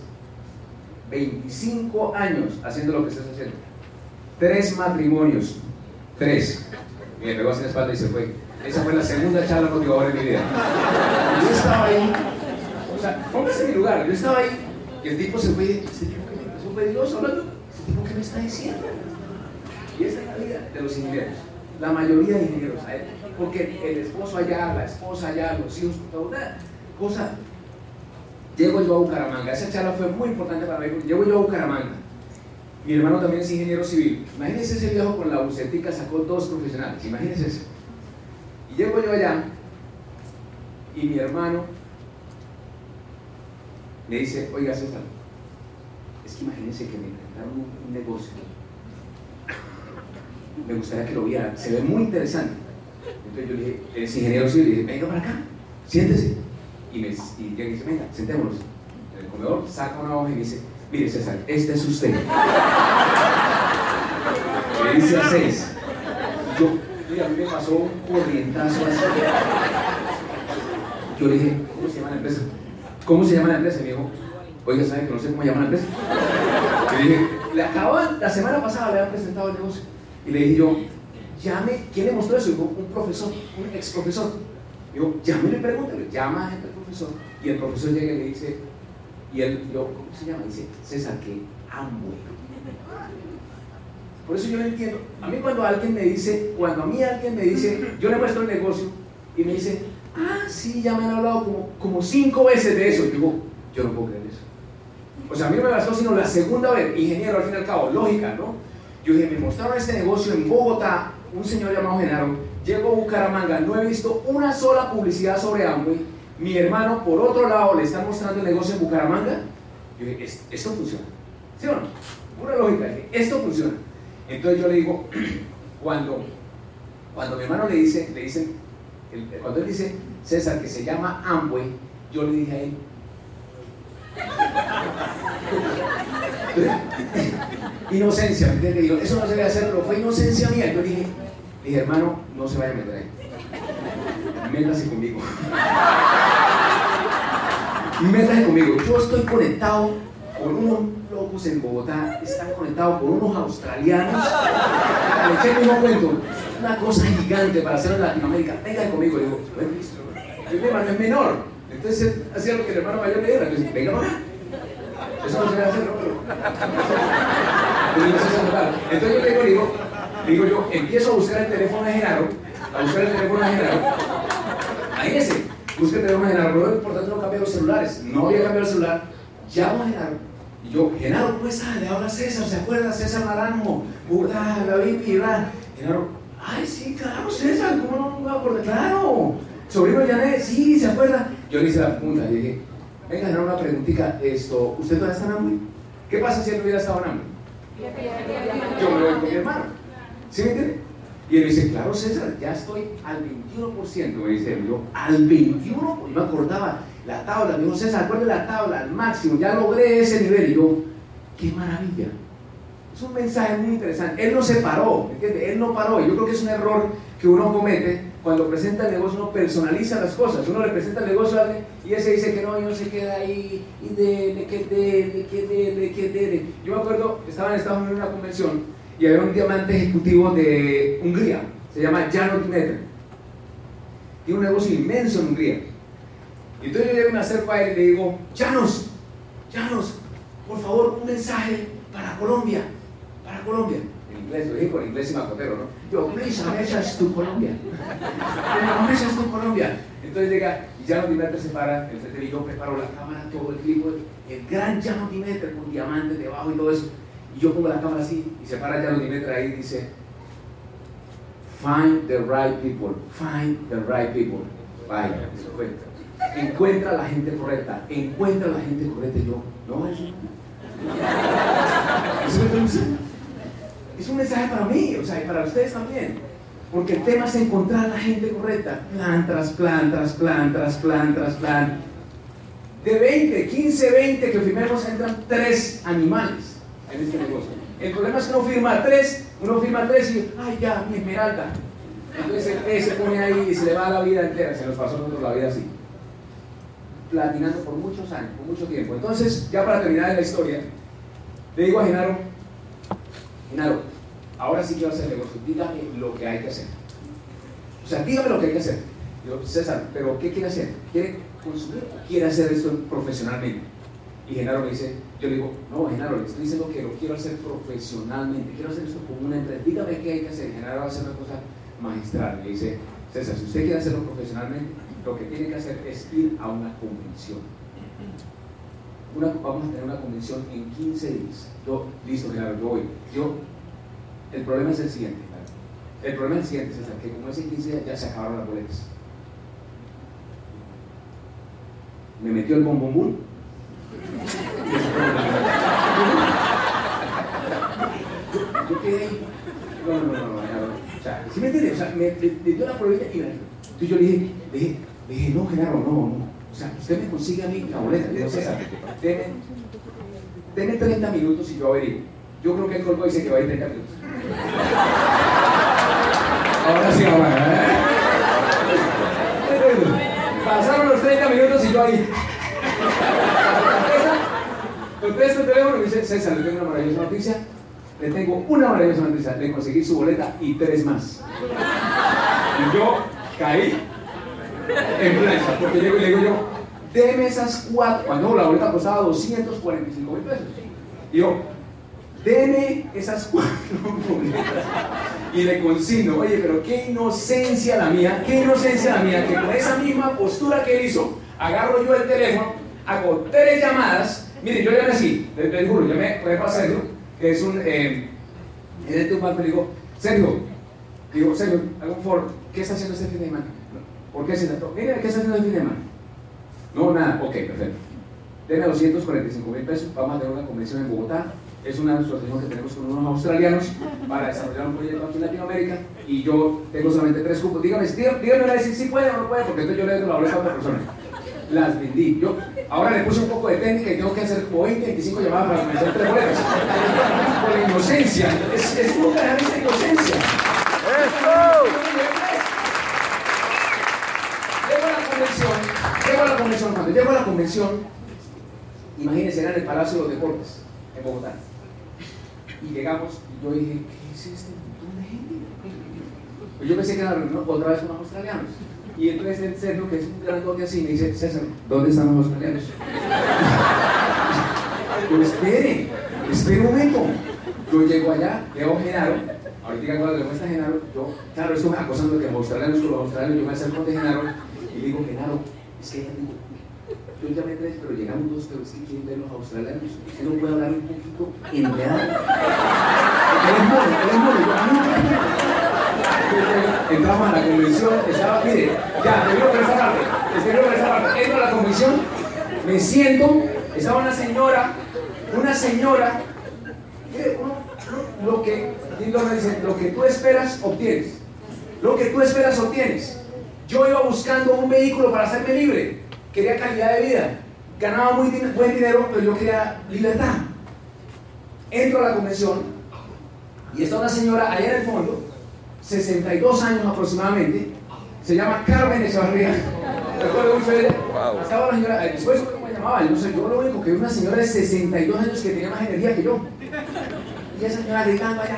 25 años haciendo lo que estás haciendo. 3 matrimonios. 3. Y me pegó así en la espalda y se fue. Esa fue la segunda charla motivadora de mi vida. Yo estaba ahí, o sea, póngase en mi lugar, yo estaba ahí y el tipo se fue, este tipo que me empezó peligroso hablando, este tipo que me está diciendo. Y esa es la vida de los ingenieros, la mayoría de ingenieros, porque el esposo allá, la esposa allá, los hijos, toda cosa. Llego yo a Bucaramanga, esa charla fue muy importante para mí, porque llego yo a Bucaramanga, mi hermano también es ingeniero civil, imagínense ese viejo con la bucetica, sacó 2 profesionales, imagínense eso. Y llego yo allá y mi hermano me dice, oiga César, es que imagínense que me inventaron un negocio, me gustaría que lo viera, se ve muy interesante. Entonces yo le dije, es ingeniero civil, le dije, venga para acá, siéntese. Y llega y dice, venga, sentémonos. En el comedor saca una hoja y me dice, mire César, este es usted. Me dice a 6. Y yo, mira, a mí me pasó un corrientazo así. Yo le dije, ¿cómo se llama la empresa? ¿Cómo se llama la empresa? Y me dijo, oiga, ¿sabe que no sé cómo llama la empresa? Y le dije, la semana pasada le habían presentado el negocio. Y le dije yo, llame, ¿quién le mostró eso? Dijo, un profesor, un ex profesor. Digo, llámele y pregúntale, llama a gente al profesor. Y el profesor llega y le dice, y él, ¿cómo se llama? Dice, César, que Amway. Por eso yo no entiendo. A mí cuando alguien me dice, yo le muestro el negocio y me dice, sí, ya me han hablado como 5 veces de eso. Y digo, yo no puedo creer eso. O sea, a mí no me bastó sino la segunda vez, ingeniero al fin y al cabo, lógica, ¿no? Yo dije, me mostraron este negocio en Bogotá, un señor llamado Genaro, llego a Bucaramanga, no he visto una sola publicidad sobre Amway. Mi hermano, por otro lado, le está mostrando el negocio en Bucaramanga. Yo dije, esto funciona, ¿sí o no? Pura lógica, esto funciona. Entonces yo le digo, cuando mi hermano le dicen, cuando él dice, César, que se llama Amway, yo le dije a él, inocencia, ¿me entiendes? Digo, eso no se debe hacer, pero fue inocencia mía. Yo dije, hermano, no se vaya a meter ahí, métase conmigo. Métase conmigo. Yo estoy conectado con unos locos en Bogotá, están conectados con unos australianos. Le eché el mismo cuento, una cosa gigante para hacer en Latinoamérica. Venga conmigo. Le digo, mi hermano es menor, entonces hacía lo que el hermano mayor le diera. Entonces, venga para acá. Eso no se debe hacer, ¿no? Entonces yo le digo yo, empiezo a buscar el teléfono de Genaro, Imagínense, busca el teléfono de Genaro, pero lo importante no cambiar los celulares, no había cambiado el celular, llamo a Genaro, y yo, Genaro, ¿cómo está? Le habla César, ¿se acuerda? César Naranjo, David Pirra. Genaro, ay, sí, claro, César, ¿cómo no me acuerdo? Claro, sobrino de Janet, sí, ¿se acuerda? Yo le hice la punta, y dije, venga, Genaro, una preguntita, ¿usted todavía está en Amway? ¿Qué pasa si él no hubiera estado en Amway? Yo me voy con mi hermano, ¿sí me entiende? Y él me dice, claro, César, ya estoy al 21%, me dice él. Yo, al 21%, yo me acordaba la tabla, me dijo, César, acuérdate la tabla, al máximo, ya logré ese nivel. Y yo, qué maravilla. Es un mensaje muy interesante. Él no se paró, ¿entiendes? Él no paró. Y yo creo que es un error que uno comete cuando presenta el negocio, uno personaliza las cosas. Uno le presenta el negocio a alguien y ese dice que no, y no se queda ahí, y le quede. Yo me acuerdo, estaba en Estados Unidos en una convención y había un diamante ejecutivo de Hungría, se llama János Dimetra. Tiene un negocio inmenso en Hungría. Y entonces yo me acerco a él y le digo, János, por favor, un mensaje para Colombia. En inglés, lo dije con inglés y macotero, ¿no? Yo, please, a message to Colombia. A message to Colombia. Entonces llega y János Dimetra se para, enfrente de mí, yo preparo la cámara, todo el clip, el gran János Dimetra con diamantes debajo y todo eso. Y yo pongo la cámara así y se para János Dimetra ahí y dice, find the right people. Vaya, eso fue. Encuentra a la gente correcta. Y yo, no, eso es un mensaje para mí, o sea, y para ustedes también. Porque el tema es encontrar a la gente correcta. Plan tras plan. De 20, 15, 20 que firmemos entran 3 animales en este negocio. El problema es que uno firma 3 y, ay, ya, mi esmeralda. Entonces el se pone ahí y se le va la vida entera. Se nos pasó a nosotros la vida así, platinando por muchos años, por mucho tiempo. Entonces, ya para terminar la historia, le digo a Genaro, ahora sí quiero hacer negocio, dígame lo que hay que hacer. O sea, dígame lo que hay que hacer. Yo, César, ¿pero qué quiere hacer? ¿Quiere consumir o quiere hacer esto profesionalmente? Y Genaro me dice, yo le digo, no, Genaro, le estoy diciendo que lo quiero hacer profesionalmente, quiero hacer esto como una empresa, dígame qué hay que hacer. Genaro va a hacer una cosa magistral. Me dice, César, si usted quiere hacerlo profesionalmente, lo que tiene que hacer es ir a una convención. Vamos a tener una convención en 15 días. Yo, listo, Genaro, yo voy. El problema es el siguiente, César, que como es en 15 días ya se acabaron las boletas. Me metió el bombombún. Yo quedé ahí. No. O sea, ¿sí me entiendes? O sea, me dio la probita y entonces yo le dije, no, Genaro, no. O sea, usted me consigue a mí la boleta. Le digo, César, deme 30 minutos y yo averiguo. Yo creo que el colmo dice que va a ir 30 minutos. Ahora sí, pasaron los 30 minutos y yo ahí. Contesto el teléfono y me dice, César, le tengo una maravillosa noticia. Le conseguí su boleta y 3 más. Y yo caí en plancha, porque llego y le digo yo, deme esas 4, cuando la boleta costaba 245.000 pesos. Y yo, deme esas 4 boletas. Y le consigno, oye, pero qué inocencia la mía, que con esa misma postura que él hizo, agarro yo el teléfono, hago 3 llamadas. Mire, yo llamé así, les juro, llamé para Sergio, que es un marco, le digo, Sergio, Digo, señor, hago un foro, ¿qué está haciendo este fin de semana? ¿Por qué se trató? Mira, ¿qué está haciendo el fin de semana? No, nada, ok, perfecto. Deme 245.000 pesos, vamos a tener una convención en Bogotá. Es una asociación que tenemos con unos australianos para desarrollar un proyecto aquí en Latinoamérica y yo tengo solamente 3 cupos. Dígame una vez si puede o no puede, porque entonces yo le doy la bolsa a otra persona. Las vendí. Yo ahora le puse un poco de técnica y tengo que hacer como 20, 25 llamadas para convencer 3 boletos. Por la inocencia. Es como dejar esa inocencia. ¡Eso! Cuando llego a la convención, imagínense, era en el Palacio de los Deportes, en Bogotá. Y llegamos, y yo dije, ¿qué es este montón de gente? Pues yo pensé que era una reunión otra vez con los australianos. Y entonces el Sergio, que es un grandote así, me dice, César, ¿dónde están los australianos? Yo, espere un momento. Yo llego allá, veo a Genaro, ahorita cuando le muestra a Genaro, yo, claro, esto me acosando que los australianos, yo me acerco de Genaro y le digo, Genaro, es que yo llamé 3, pero llegamos 2, pero es que quieren ver los australianos. Usted no puede hablar un poquito enredado. Eres mono, entramos a la convención, estaba, mire, ya, termino por esa parte, entro a la convención, me siento, estaba una señora, mire, lo que tú esperas, obtienes. Lo que tú esperas, obtienes. Yo iba buscando un vehículo para hacerme libre, quería calidad de vida, ganaba buen dinero, pero yo quería libertad. Entro a la convención y está una señora allá en el fondo, 62 años aproximadamente, se llama Carmen Echevarría. Recuerdo mucho ella. Estaba la señora, después cómo me llamaba, no sé, yo lo único que vi una señora de 62 años que tenía más energía que yo. Y esa señora gritando allá.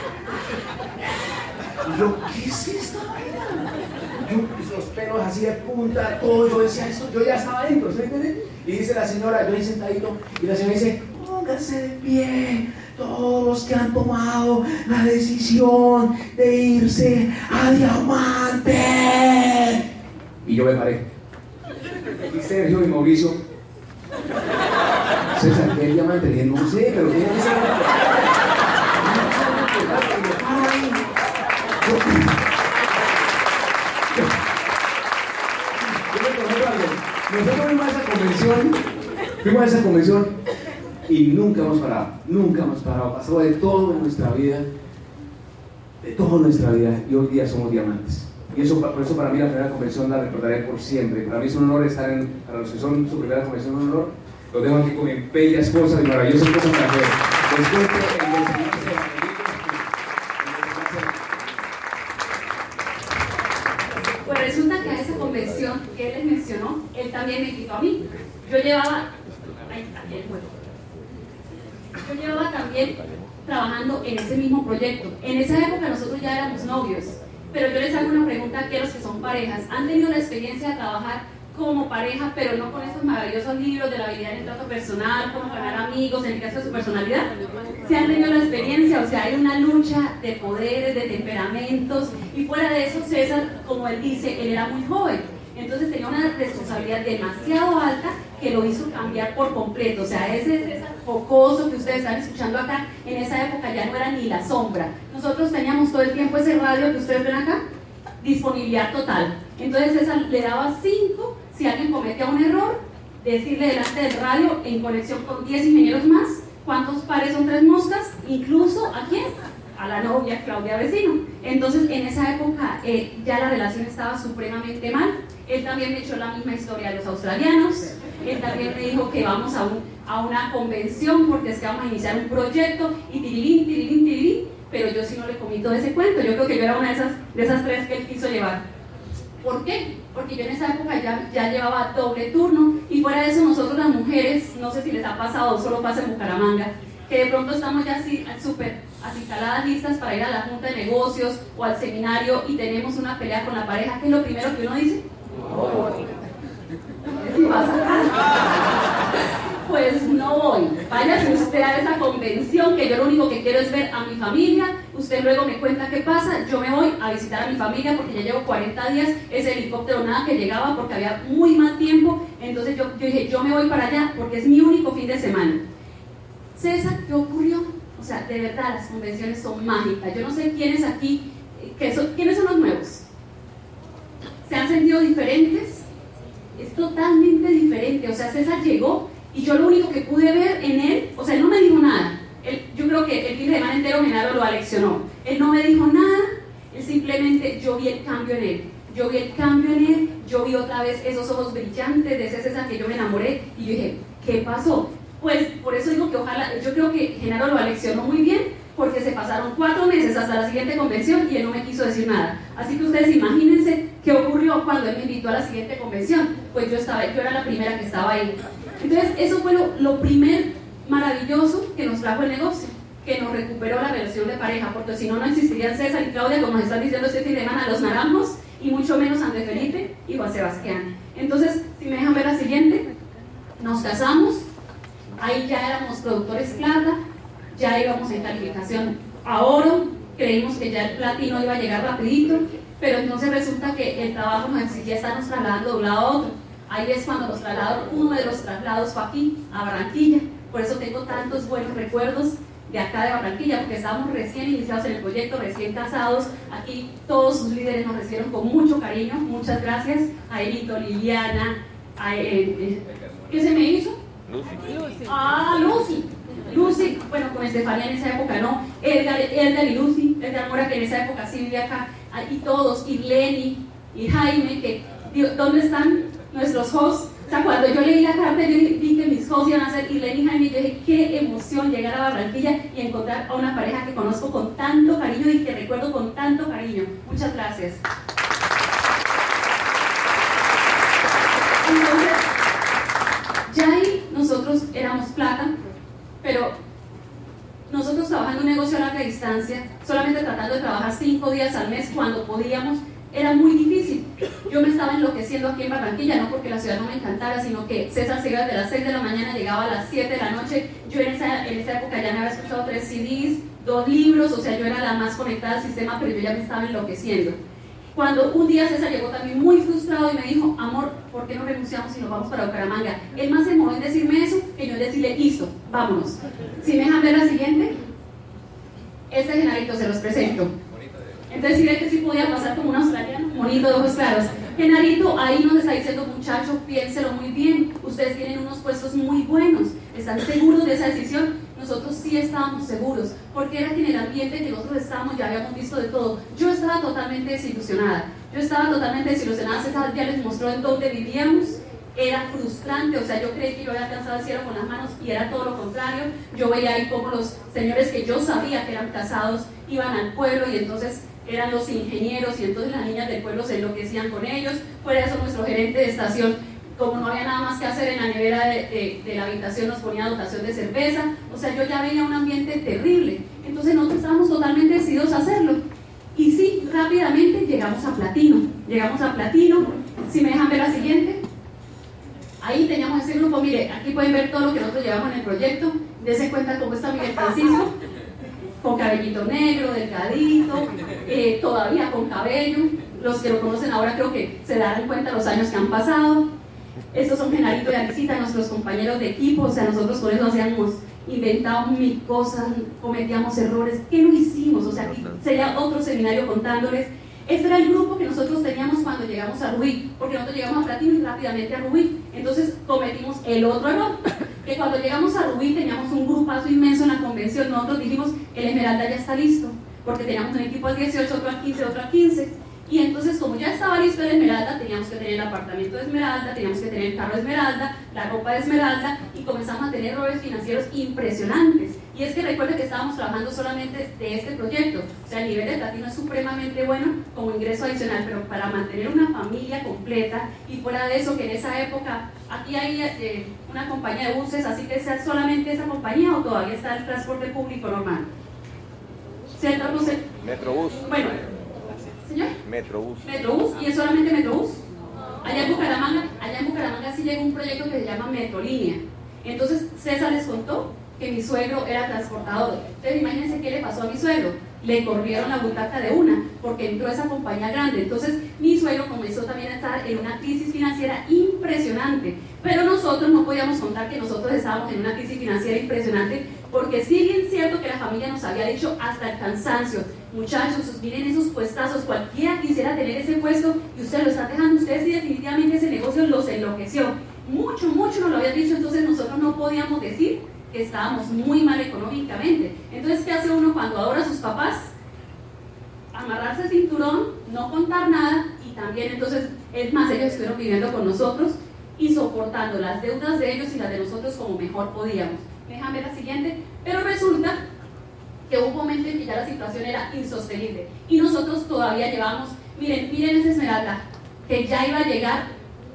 Y yo, ¿qué es esto? Los pelos así de punta, todo, yo decía esto, yo ya estaba adentro, ¿se entiende? Y dice la señora, yo ahí sentadito, y la señora dice, pónganse de pie, todos los que han tomado la decisión de irse a Diamante. Y yo me paré. Y Sergio y Mauricio, César, ¿qué es Diamante? Le dije, no sé, pero tiene que ser. Nosotros fuimos a esa convención y nunca hemos parado, pasó de toda nuestra vida y hoy día somos diamantes. Y por eso para mí la primera convención la recordaré por siempre. Para mí es un honor estar para los que son su primera convención, un honor. Los dejo aquí con mi bella esposa y maravillosas cosas para que les cuente en los siguientes Pues resulta que a esa convención que él les mencionó, él también me invitó a mí. Yo llevaba también trabajando en ese mismo proyecto. En esa época nosotros ya éramos novios, pero yo les hago una pregunta aquí a los que son parejas. ¿Han tenido la experiencia de trabajar como pareja, pero no con esos maravillosos libros de la habilidad en el trato personal, cómo ganar amigos, en el caso de su personalidad? ¿Se han tenido la experiencia? O sea, hay una lucha de poderes, de temperamentos, y fuera de eso, César, como él dice, él era muy joven, entonces tenía una responsabilidad demasiado alta que lo hizo cambiar por completo. O sea, ese César focoso que ustedes están escuchando acá, en esa época ya no era ni la sombra. Nosotros teníamos todo el tiempo ese radio que ustedes ven acá, disponibilidad total. Entonces César le daba 5, si alguien cometía un error, decirle delante del radio en conexión con 10 ingenieros más, ¿cuántos pares son 3 moscas? Incluso, ¿a quién? A la novia Claudia Vecino. Entonces en esa época ya la relación estaba supremamente mal. Él también me echó la misma historia a los australianos. Él también me dijo que vamos a una convención porque es que vamos a iniciar un proyecto y tirirín, pero yo sí no le comí todo ese cuento. Yo creo que yo era una de esas 3 que él quiso llevar. ¿Por qué? Porque yo en esa época ya llevaba doble turno, y fuera de eso nosotros las mujeres, no sé si les ha pasado, solo pasa en Bucaramanga, que de pronto estamos ya así súper acicaladas, listas para ir a la junta de negocios o al seminario y tenemos una pelea con la pareja. ¿Qué es lo primero que uno dice? ¿Qué pasa? Pues no voy. Váyase usted a esa convención, que yo lo único que quiero es ver a mi familia. Usted luego me cuenta qué pasa. Yo me voy a visitar a mi familia porque ya llevo 40 días. Ese helicóptero nada que llegaba porque había muy mal tiempo. Entonces yo dije, yo me voy para allá porque es mi único fin de semana. César, ¿qué ocurrió? O sea, de verdad, las convenciones son mágicas. Yo no sé quiénes aquí ¿quiénes son los nuevos? ¿Se han sentido diferentes? Es totalmente diferente. O sea, César llegó y yo lo único que pude ver en él, o sea, él no me dijo nada. Yo creo que el fin de semana entero Genaro lo aleccionó. Él no me dijo nada, él simplemente, yo vi el cambio en él. Yo vi el cambio en él, yo vi otra vez esos ojos brillantes de ese César que yo me enamoré y yo dije, ¿qué pasó? Pues por eso digo que ojalá, yo creo que Genaro lo aleccionó muy bien, porque se pasaron 4 meses hasta la siguiente convención y él no me quiso decir nada. Así que ustedes imagínense qué ocurrió cuando él me invitó a la siguiente convención. Pues yo era la primera que estaba ahí. Entonces eso fue lo primer maravilloso que nos trajo el negocio, que nos recuperó la relación de pareja, porque si no, no existirían César y Claudia, como nos están diciendo este fin de semana, los naranjos, y mucho menos Andrés Felipe y Juan Sebastián. Entonces, si me dejan ver la siguiente, nos casamos, ahí ya éramos productores plata, ya íbamos en calificación a oro, creímos que ya el platino iba a llegar rapidito, pero entonces resulta que el trabajo nos exigía estarnos trasladando de un lado a otro. Ahí es cuando nos trasladaron, uno de los traslados fue aquí, a Barranquilla, por eso tengo tantos buenos recuerdos de acá de Barranquilla, porque estábamos recién iniciados en el proyecto, recién casados. Aquí todos sus líderes nos recibieron con mucho cariño, muchas gracias a Elito, Liliana, ¿qué se me hizo? Lucy. Ah, Lucy, bueno, con Estefanía en esa época no, Edgar y Lucy, Edgar Mora, que en esa época sí vivía acá, y todos, y Lenny, y Jaime, que, ¿dónde están nuestros hosts? O sea, cuando yo leí la carta, yo vi que mis hosts iban a ser Irene y Jaime, yo dije, qué emoción llegar a Barranquilla y encontrar a una pareja que conozco con tanto cariño y que recuerdo con tanto cariño. Muchas gracias. Entonces, ya ahí nosotros éramos plata, pero nosotros trabajando un negocio a larga distancia, solamente tratando de trabajar 5 días al mes cuando podíamos, era muy difícil. Yo me estaba enloqueciendo aquí en Barranquilla, no porque la ciudad no me encantara, sino que César se iba desde las 6 de la mañana, llegaba a las 7 de la noche. Yo en esa época ya me había escuchado 3 CDs, 2 libros, o sea, yo era la más conectada al sistema, pero yo ya me estaba enloqueciendo. Cuando un día César llegó también muy frustrado y me dijo, amor, ¿por qué no renunciamos y nos vamos para Bucaramanga? Él más se demoró en decirme eso que yo en decirle, listo, vámonos. Si me dejan ver la siguiente, este Genarito se los presento. Entonces si ve que sí podía pasar como un australiano, bonito, de ojos claros. Genarito ahí nos está diciendo, muchachos, piénselo muy bien, ustedes tienen unos puestos muy buenos, ¿están seguros de esa decisión? Nosotros sí estábamos seguros, porque era que en el ambiente que nosotros estábamos ya habíamos visto de todo. Yo estaba totalmente desilusionada, César ya les mostró en dónde vivíamos. Era frustrante, o sea, yo creí que yo había alcanzado el cielo con las manos y era todo lo contrario. Yo veía ahí como los señores que yo sabía que eran casados iban al pueblo y entonces eran los ingenieros y entonces las niñas del pueblo se enloquecían con ellos. Por eso nuestro gerente de estación, como no había nada más que hacer en la nevera de la habitación, nos ponía dotación de cerveza. O sea, yo ya veía un ambiente terrible. Entonces nosotros estábamos totalmente decididos a hacerlo. Y sí, rápidamente llegamos a platino. Si me dejan ver la siguiente. Ahí teníamos ese grupo, mire, aquí pueden ver todo lo que nosotros llevamos en el proyecto. Dense cuenta cómo está Miguel Francisco, con cabellito negro, delgadito, todavía con cabello. Los que lo conocen ahora creo que se darán cuenta los años que han pasado. Estos son Genarito y Alicita, nuestros compañeros de equipo. O sea, nosotros con eso hacíamos, inventábamos mil cosas, cometíamos errores. ¿Qué no hicimos? O sea, aquí sería otro seminario contándoles. Este era el grupo que nosotros teníamos cuando llegamos a Rubí, porque nosotros llegamos a Platino y rápidamente a Rubí. Entonces cometimos el otro error, que cuando llegamos a Rubí teníamos un grupazo inmenso en la convención. Nosotros dijimos, el Esmeralda ya está listo, porque teníamos un equipo al 18, otro al 15, otro al 15. Y entonces, como ya estaba listo el Esmeralda, teníamos que tener el apartamento de Esmeralda, teníamos que tener el carro de Esmeralda, la ropa de Esmeralda, y comenzamos a tener errores financieros impresionantes. Y es que recuerden que estábamos trabajando solamente de este proyecto. O sea, el nivel de platino es supremamente bueno como ingreso adicional, pero para mantener una familia completa, y fuera de eso, que en esa época, aquí hay una compañía de buses, así que sea solamente esa compañía o todavía está el transporte público normal. ¿Cierto? No sé. Metrobús. Bueno. ¿Señor? Metrobús. ¿Metrobús? ¿Y es solamente Metrobús? Allá en Bucaramanga sí llega un proyecto que se llama Metrolínea. Entonces César les contó que mi suegro era transportador. Entonces imagínense qué le pasó a mi suegro. Le corrieron la butaca de una, porque entró esa compañía grande. Entonces mi suegro comenzó también a estar en una crisis financiera impresionante. Pero nosotros no podíamos contar que nosotros estábamos en una crisis financiera impresionante porque sí bien cierto que la familia nos había dicho hasta el cansancio, muchachos, miren esos puestazos, cualquiera quisiera tener ese puesto y usted lo está dejando, ustedes y definitivamente ese negocio los enloqueció, mucho nos lo habían dicho, entonces nosotros no podíamos decir que estábamos muy mal económicamente. Entonces, ¿qué hace uno cuando adora a sus papás? Amarrarse el cinturón, no contar nada, y también entonces, es más, ellos estuvieron viviendo con nosotros y soportando las deudas de ellos y las de nosotros como mejor podíamos. Déjame ver la siguiente. Pero resulta que hubo un momento en que ya la situación era insostenible y nosotros todavía llevamos, miren esa Esmeralda, que ya iba a llegar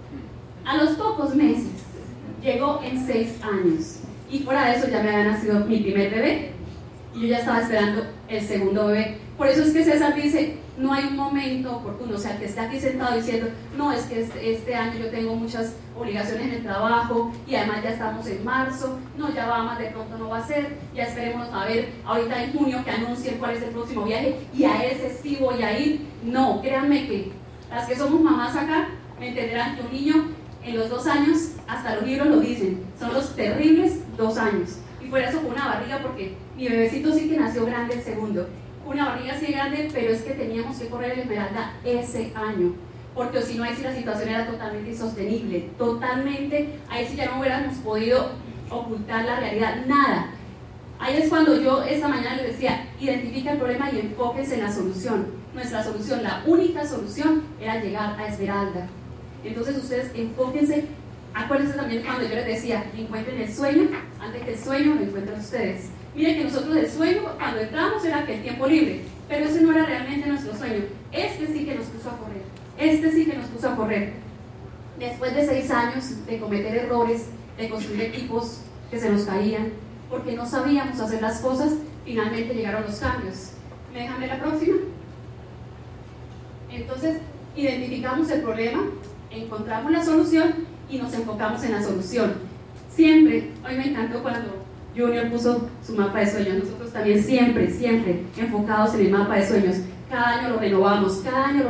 a los pocos meses, llegó en 6 años y fuera de eso ya me había nacido mi primer bebé y yo ya estaba esperando el segundo bebé. Por eso es que César dice, no hay un momento oportuno, o sea, que está aquí sentado diciendo, no, es que este año yo tengo muchas obligaciones en el trabajo y además ya estamos en marzo, no, ya va más, de pronto no va a ser, ya esperemos a ver ahorita en junio que anuncien cuál es el próximo viaje y a ese sí voy a ir. No, créanme que las que somos mamás acá me entenderán que un niño en los 2 años, hasta los libros lo dicen, son los terribles 2 años. Y por eso con una barriga, porque mi bebecito sí que nació grande el segundo, una barriga así grande, pero es que teníamos que correr el Esmeralda ese año, porque si no, ahí sí la situación era totalmente insostenible, totalmente, ahí sí ya no hubiéramos podido ocultar la realidad, nada. Ahí es cuando yo esta mañana les decía, identifica el problema y enfóquense en la solución. Nuestra solución, la única solución, era llegar a Esmeralda. Entonces ustedes enfóquense, acuérdense también cuando yo les decía, encuentren el sueño, antes que el sueño lo encuentren ustedes. Miren que nosotros el sueño, cuando entramos era que el tiempo libre, pero ese no era realmente nuestro sueño. Este sí que nos puso a correr, este sí que nos puso a correr. Después de 6 años de cometer errores, de construir equipos que se nos caían, porque no sabíamos hacer las cosas, finalmente llegaron los cambios. ¿Me dejan ver la próxima? Entonces, identificamos el problema, encontramos la solución y nos enfocamos en la solución. Siempre, hoy me encantó cuando Junior puso su mapa de sueños, nosotros también siempre enfocados en el mapa de sueños. Cada año lo renovamos,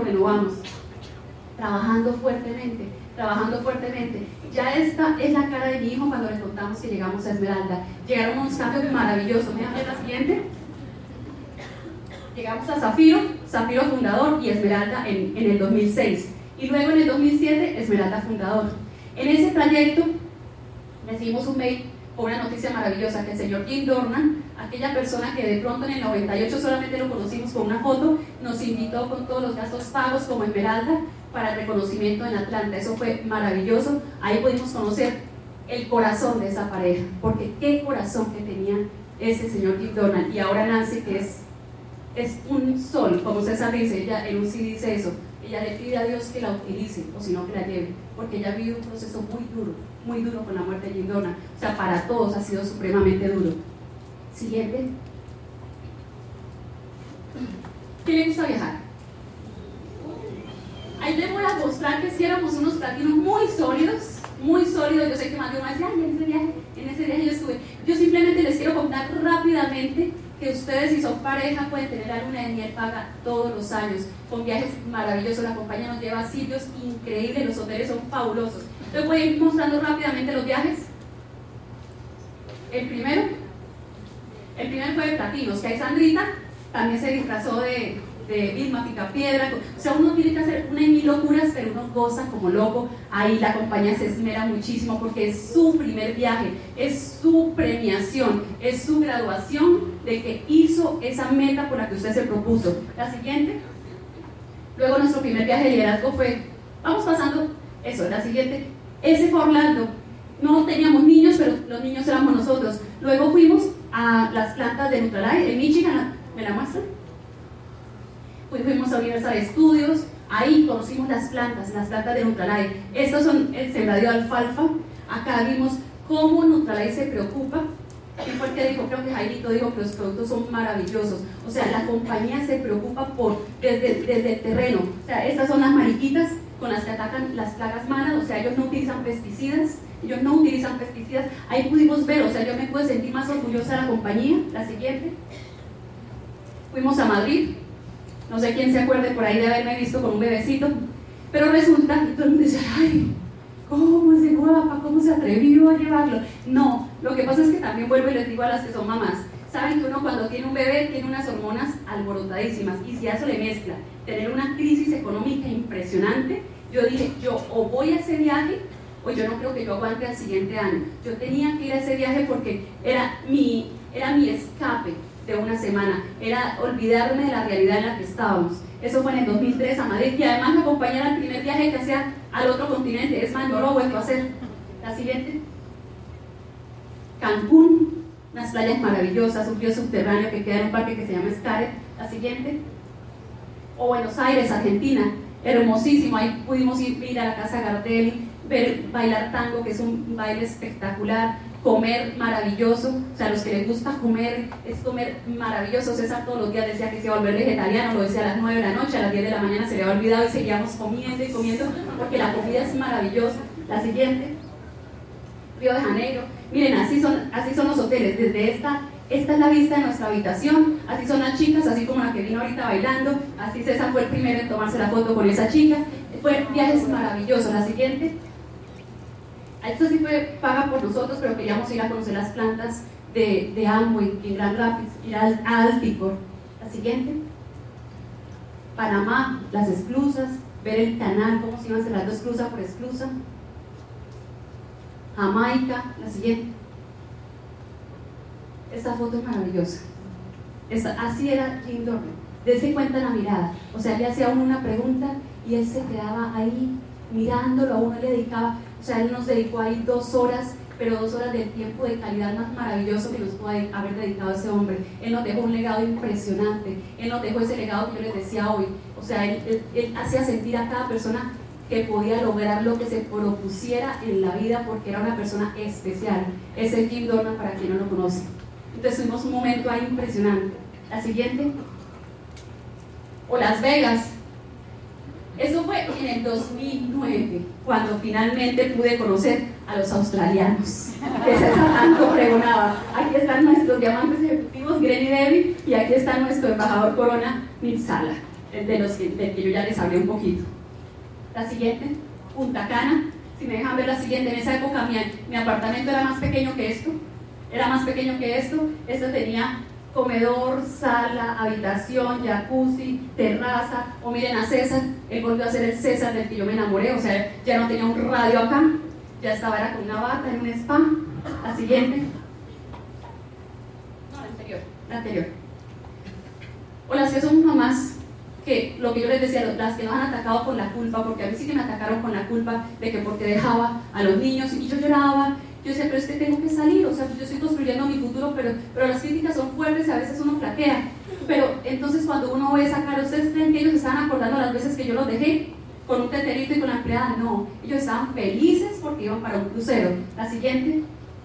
trabajando fuertemente. Ya esta es la cara de mi hijo cuando le contamos que llegamos a Esmeralda. Llegaron unos cambios maravillosos. ¿Me dejan ver la siguiente? Llegamos a Zafiro fundador y Esmeralda en el 2006. Y luego en el 2007, Esmeralda fundador. En ese trayecto recibimos un mail con una noticia maravillosa, que el señor Jim Dornan, aquella persona que de pronto en el 98 solamente lo conocimos con una foto, nos invitó con todos los gastos pagos como Esmeralda para el reconocimiento en Atlanta. Eso fue maravilloso. Ahí pudimos conocer el corazón de esa pareja, porque qué corazón que tenía ese señor Jim Dornan. Y ahora Nancy, que es un sol, como César dice, ella en un sí dice eso, ella le pide a Dios que la utilice, o si no que la lleve, porque ella vive un proceso muy duro con la muerte de Jim Dornan. O sea, para todos ha sido supremamente duro. Siguiente. ¿Quién le gusta viajar? Ahí les voy a mostrar que si éramos unos platinos muy sólidos. Yo sé que más de uno dice, ay, en ese viaje yo estuve. Yo simplemente les quiero contar rápidamente que ustedes, si son pareja, pueden tener la luna de miel paga todos los años, con viajes maravillosos. La compañía nos lleva a sitios increíbles, los hoteles son fabulosos. Entonces voy a ir mostrando rápidamente los viajes. El primero fue de platinos, que ahí Sandrita también se disfrazó de Vilma Picapiedra. O sea, uno tiene que hacer una y mil locuras, pero uno goza como loco. Ahí la compañía se esmera muchísimo porque es su primer viaje, es su premiación, es su graduación de que hizo esa meta por la que usted se propuso. La siguiente. Luego nuestro primer viaje de liderazgo fue, vamos pasando eso, la siguiente. Ese fue Orlando. No teníamos niños, pero los niños éramos nosotros. Luego fuimos a las plantas de Nutrilite en Michigan. ¿Me la muestran? Pues fuimos a Universal Studios, ahí conocimos las plantas de Nutrilite. Estos son el sembradío de alfalfa. Acá vimos cómo Nutrilite se preocupa. ¿Quién fue el que dijo? Creo que Jairito dijo que los productos son maravillosos. O sea, la compañía se preocupa desde el terreno. O sea, estas son las mariquitas con las que atacan las plagas malas. O sea, ellos no utilizan pesticidas. Ahí pudimos ver, o sea, yo me pude sentir más orgullosa de la compañía. La siguiente. Fuimos a Madrid. No sé quién se acuerde por ahí de haberme visto con un bebecito, pero resulta que todo el mundo dice, ay, ¿cómo ese guapa? ¿Cómo se atrevió a llevarlo? No, Lo que pasa es que también vuelvo y les digo a las que son mamás, saben que uno cuando tiene un bebé tiene unas hormonas alborotadísimas, y si a eso le mezcla tener una crisis económica impresionante, yo dije, yo o voy a ese viaje o yo no creo que yo aguante al siguiente año. Yo tenía que ir a ese viaje porque era mi escape de una semana, era olvidarme de la realidad en la que estábamos. Eso fue en el 2003 a Madrid, y además me acompañaron al primer viaje que hacía al otro continente. Es más, no lo he vuelto a hacer. La siguiente, Cancún, unas playas maravillosas, un río subterráneo que queda en un parque que se llama Xcaret. La siguiente, o Buenos Aires, Argentina, hermosísimo. Ahí pudimos ir a la Casa Gardel, ver bailar tango, que es un baile espectacular, comer maravilloso. O sea, a los que les gusta comer, es comer maravilloso. César todos los días decía que se iba a volver vegetariano, lo decía a las 9 de la noche, a las 10 de la mañana se le había olvidado y seguíamos comiendo y comiendo, porque la comida es maravillosa. La siguiente, Río de Janeiro. Miren, así son los hoteles. Desde esta es la vista de nuestra habitación, así son las chicas, así como la que vino ahorita bailando, así César fue el primero en tomarse la foto con esa chica. Fue viajes maravillosos. La siguiente, esto sí fue paga por nosotros, pero queríamos ir a conocer las plantas de Amway en Grand Rapids, ir a Alticor. La siguiente, Panamá, las esclusas, ver el canal, cómo se iban cerrando esclusa por esclusa. Jamaica, la siguiente. Esta foto es maravillosa. Así era Jim Thorpe. Dese cuenta la mirada. O sea, le hacía a uno una pregunta y él se quedaba ahí mirándolo, a uno le dedicaba, o sea, él nos dedicó ahí 2 horas, pero 2 horas del tiempo de calidad más maravilloso que nos puede haber dedicado ese hombre. Él nos dejó un legado impresionante, él nos dejó ese legado que yo les decía hoy. O sea, él hacía sentir a cada persona que podía lograr lo que se propusiera en la vida, porque era una persona especial. Ese es Jim Dornan, para quien no lo conoce. Entonces tuvimos un momento ahí impresionante. La siguiente, o Las Vegas. Eso fue en el 2009, cuando finalmente pude conocer a los australianos, que César tanto pregonaba. Aquí están nuestros diamantes ejecutivos, Granny Debbie, y aquí está nuestro embajador Corona Minsala, del que yo ya les hablé un poquito. La siguiente, Punta Cana. Si me dejan ver la siguiente, en esa época mi apartamento era más pequeño que esto. Esto tenía comedor, sala, habitación, jacuzzi, terraza. O miren a César, él volvió a ser el César del que yo me enamoré. O sea, ya no tenía un radio acá, ya era con una bata en un spa. La siguiente, no, la anterior. O las que son mamás, que lo que yo les decía, las que nos han atacado con la culpa, porque a mí sí que me atacaron con la culpa de que porque dejaba a los niños, y yo lloraba. Yo decía, pero es que tengo que salir, o sea, yo estoy construyendo mi futuro, pero las críticas son fuertes y a veces uno flaquea. Pero entonces cuando uno ve esa cara, ¿ustedes creen que ellos estaban acordando las veces que yo los dejé con un teterito y con la empleada? No, ellos estaban felices porque iban para un crucero. La siguiente,